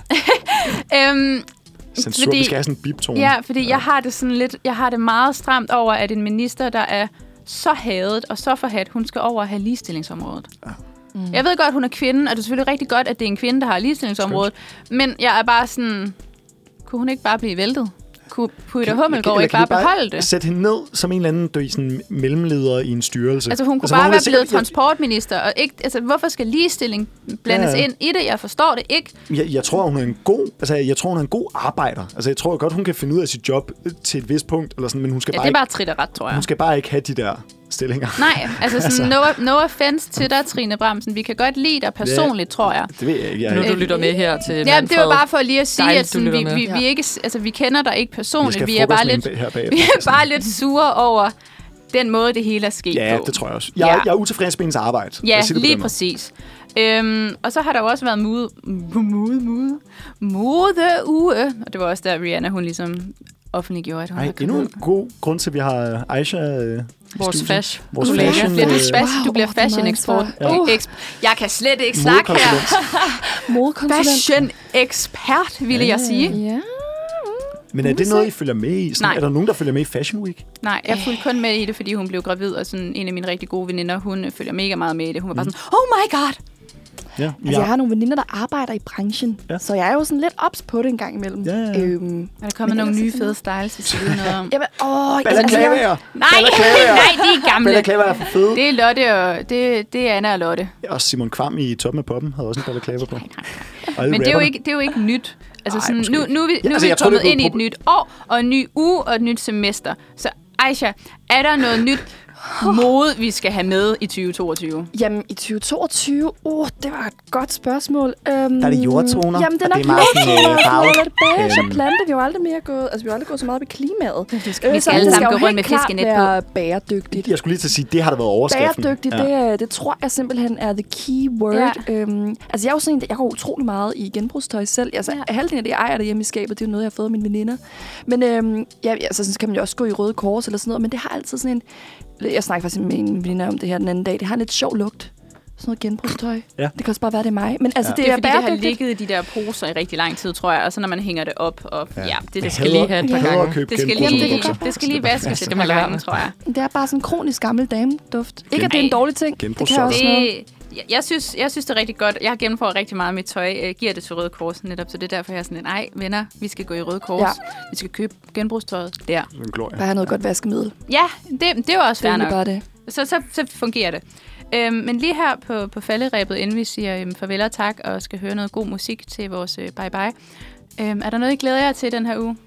Speaker 2: Censur, vi skal have sådan en bip-tone.
Speaker 5: Ja, fordi jeg har det sådan lidt, jeg har det meget stramt over, at en minister, der er så hadet og så forhadt, hun skal over at have ligestillingsområdet. Ja. Jeg ved godt, hun er kvinde, og det er selvfølgelig rigtig godt, at det er en kvinde, der har ligestillingsområdet, men jeg er bare sådan, kunne hun ikke bare blive væltet? Kunne Peter Hummelgaard ikke bare beholde det?
Speaker 2: Sætte hende ned som en eller anden sådan mellemleder i en styrelse.
Speaker 5: Altså hun kunne bare være blevet transportminister, og ikke, altså hvorfor skal ligestilling blandes ind i det? Jeg forstår det ikke.
Speaker 2: Jeg tror, hun er en god arbejder. Altså jeg tror godt, hun kan finde ud af sit job til et vist punkt, eller sådan, men hun skal bare
Speaker 5: det er bare trit og ret, tror jeg.
Speaker 2: Hun skal bare ikke have de der stillinger.
Speaker 5: Nej, altså sådan no offense til dig, Trine Bramsen. Vi kan godt lide dig personligt, tror jeg.
Speaker 2: Det ved jeg ikke.
Speaker 3: Nu du lytter med her til
Speaker 5: Manfred. Ja, det var bare for lige at sige, at sådan, vi ikke, altså, vi kender dig ikke personligt. Vi er bare lidt sure over den måde, det hele er sket på.
Speaker 2: Ja, det tror jeg også. Jeg er utilfreds med hendes arbejde.
Speaker 5: Ja, lige præcis. Og så har der jo også været modeuge. Og det var også der, Rihanna, hun ligesom offentliggjorde, at hun har
Speaker 2: endnu en god grund til, at vi har Aisha
Speaker 3: vores fashion.
Speaker 5: Du bliver fashion-ekspert. Jeg kan slet ikke snakke her. Fashion-ekspert, ville jeg sige.
Speaker 6: Ja.
Speaker 2: Men er det noget, I følger med i?
Speaker 5: Nej.
Speaker 2: Er der nogen, der følger med i Fashion Week?
Speaker 5: Nej, jeg fulgte kun med i det, fordi hun blev gravid, og sådan en af mine rigtig gode veninder, hun følger mega meget med i det. Hun var bare sådan, oh my god!
Speaker 2: Ja.
Speaker 6: Altså, jeg har nogle veninder, der arbejder i branchen, så jeg er jo sådan lidt ops på det en gang imellem.
Speaker 2: Ja.
Speaker 5: Er der kommet nogle nye fede styles, hvis du ved noget om?
Speaker 2: Balaklavaer!
Speaker 5: Nej, de er gamle.
Speaker 2: Balaklavaer er for fede.
Speaker 5: Det er Lotte, og det er Anna og Lotte.
Speaker 2: Og Simon Kvam i Toppen af Poppen havde også en balaklava på.
Speaker 5: Nej. Men det er jo ikke nyt. Altså sådan, nu er vi kommet ind i et nyt år, og en ny uge, og et nyt semester. Så Aisha, er der noget nyt mode, vi skal have med i 2022?
Speaker 6: Jamen, i 2022... det var et godt spørgsmål.
Speaker 2: Der er det jordtoner.
Speaker 6: Jamen, det er nok jordtoner. Så planter vi jo aldrig mere gået... Altså, vi har aldrig gået så meget op i klimaet.
Speaker 5: Vi skal alle sammen gå rundt med fiskenet på.
Speaker 6: Være bæredygtigt.
Speaker 2: Jeg skulle lige til at sige, det har der været overskriften.
Speaker 6: Bæredygtigt, det tror jeg simpelthen er the key word. Ja. Altså, jeg er jo sådan en, jeg går utrolig meget i genbrugstøj selv. Altså, halvdelen af det, jeg ejer derhjemme i skabet, det er jo noget, jeg har fået af mine veninder. Men altså, så kan man jo også gå i Røde Kors eller sådan noget, men det har altid sådan en... Jeg snakker faktisk med en veninde om det her den anden dag. Det har en lidt sjov lugt. Sådan noget genbrugstøj. Ja. Det kan også bare være, det er mig. Men altså, det er fordi, det har
Speaker 5: ligget i de der poser i rigtig lang tid, tror jeg. Og så når man hænger det op, og
Speaker 3: det skal lige have et par gange.
Speaker 5: Det skal lige vaskes et par gange, tror jeg.
Speaker 6: Det er bare sådan en kronisk gammel dame-duft. Ikke, at det er en dårlig ting. Det kan også noget.
Speaker 5: Jeg synes, det er rigtig godt. Jeg har gennemført rigtig meget af mit tøj. Jeg giver det til Røde Kors netop, så det er derfor, jeg er sådan, nej, venner, vi skal gå i Røde Kors. Ja. Vi skal købe genbrugstøjet der.
Speaker 6: Bare have noget godt vaskemiddel.
Speaker 5: Ja, det er jo også fair nok.
Speaker 6: Bare det.
Speaker 5: Så fungerer det. Men lige her på falderæbet, inden vi siger farvel og tak, og skal høre noget god musik til vores bye-bye. Er der noget, I glæder jer til den her uge?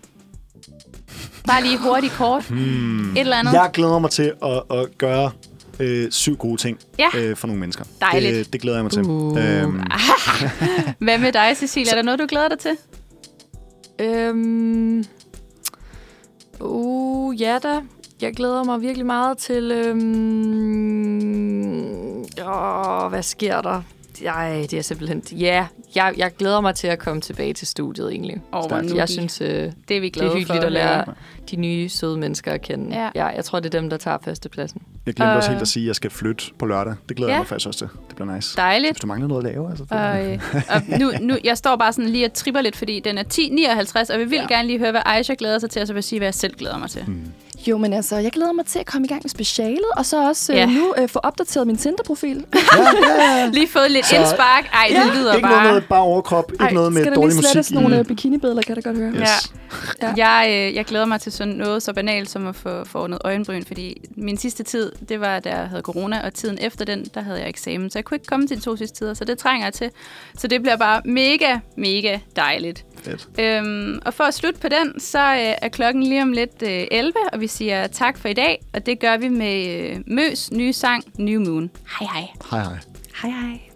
Speaker 5: Bare lige hurtigt kort. Et eller andet.
Speaker 2: Jeg glæder mig til at gøre 7 gode ting for nogle mennesker.
Speaker 5: Dejligt.
Speaker 2: Det glæder jeg mig til.
Speaker 5: Hvad med dig, Cecilia? Er der noget, du glæder dig til?
Speaker 3: Ja da. Jeg glæder mig virkelig meget til... hvad sker der? Det er simpelthen... Ja, jeg glæder mig til at komme tilbage til studiet egentlig. Jeg synes, det er hyggeligt at lære de nye, søde mennesker at kende. Ja, jeg tror, det er dem, der tager førstepladsen.
Speaker 2: Jeg glemte også helt at sige, at jeg skal flytte på lørdag. Det glæder jeg mig faktisk også til. Det bliver nice.
Speaker 5: Dejligt.
Speaker 2: Hvis du mangler noget at lave. Altså,
Speaker 5: og nu, jeg står bare sådan lige og tripper lidt, fordi den er 10:59, og vi vil gerne lige høre, hvad Aisha glæder sig til, og så vil jeg sige, hvad jeg selv glæder mig til.
Speaker 6: Jo, men altså, jeg glæder mig til at komme i gang med specialet, og så også nu få opdateret min Tinder-profil.
Speaker 5: Lige fået lidt indspark. Ej, det lyder
Speaker 2: ikke noget med bare overkrop, ikke noget med dårlig musik.
Speaker 6: Skal der lige slettes nogle bikinibilleder, kan jeg da godt høre.
Speaker 2: Yes.
Speaker 5: Ja. Jeg glæder mig til sådan noget så banalt som at få ordnet øjenbryn, fordi min sidste tid, det var, da jeg havde corona, og tiden efter den, der havde jeg eksamen, så jeg kunne ikke komme til de 2 sidste tider, så det trænger jeg til. Så det bliver bare mega, mega dejligt. Og for at slutte på den, så er klokken lige om lidt 11, og vi siger tak for i dag, og det gør vi med Møs nye sang, New Moon. Hej hej.
Speaker 2: Hej hej.
Speaker 6: Hej hej.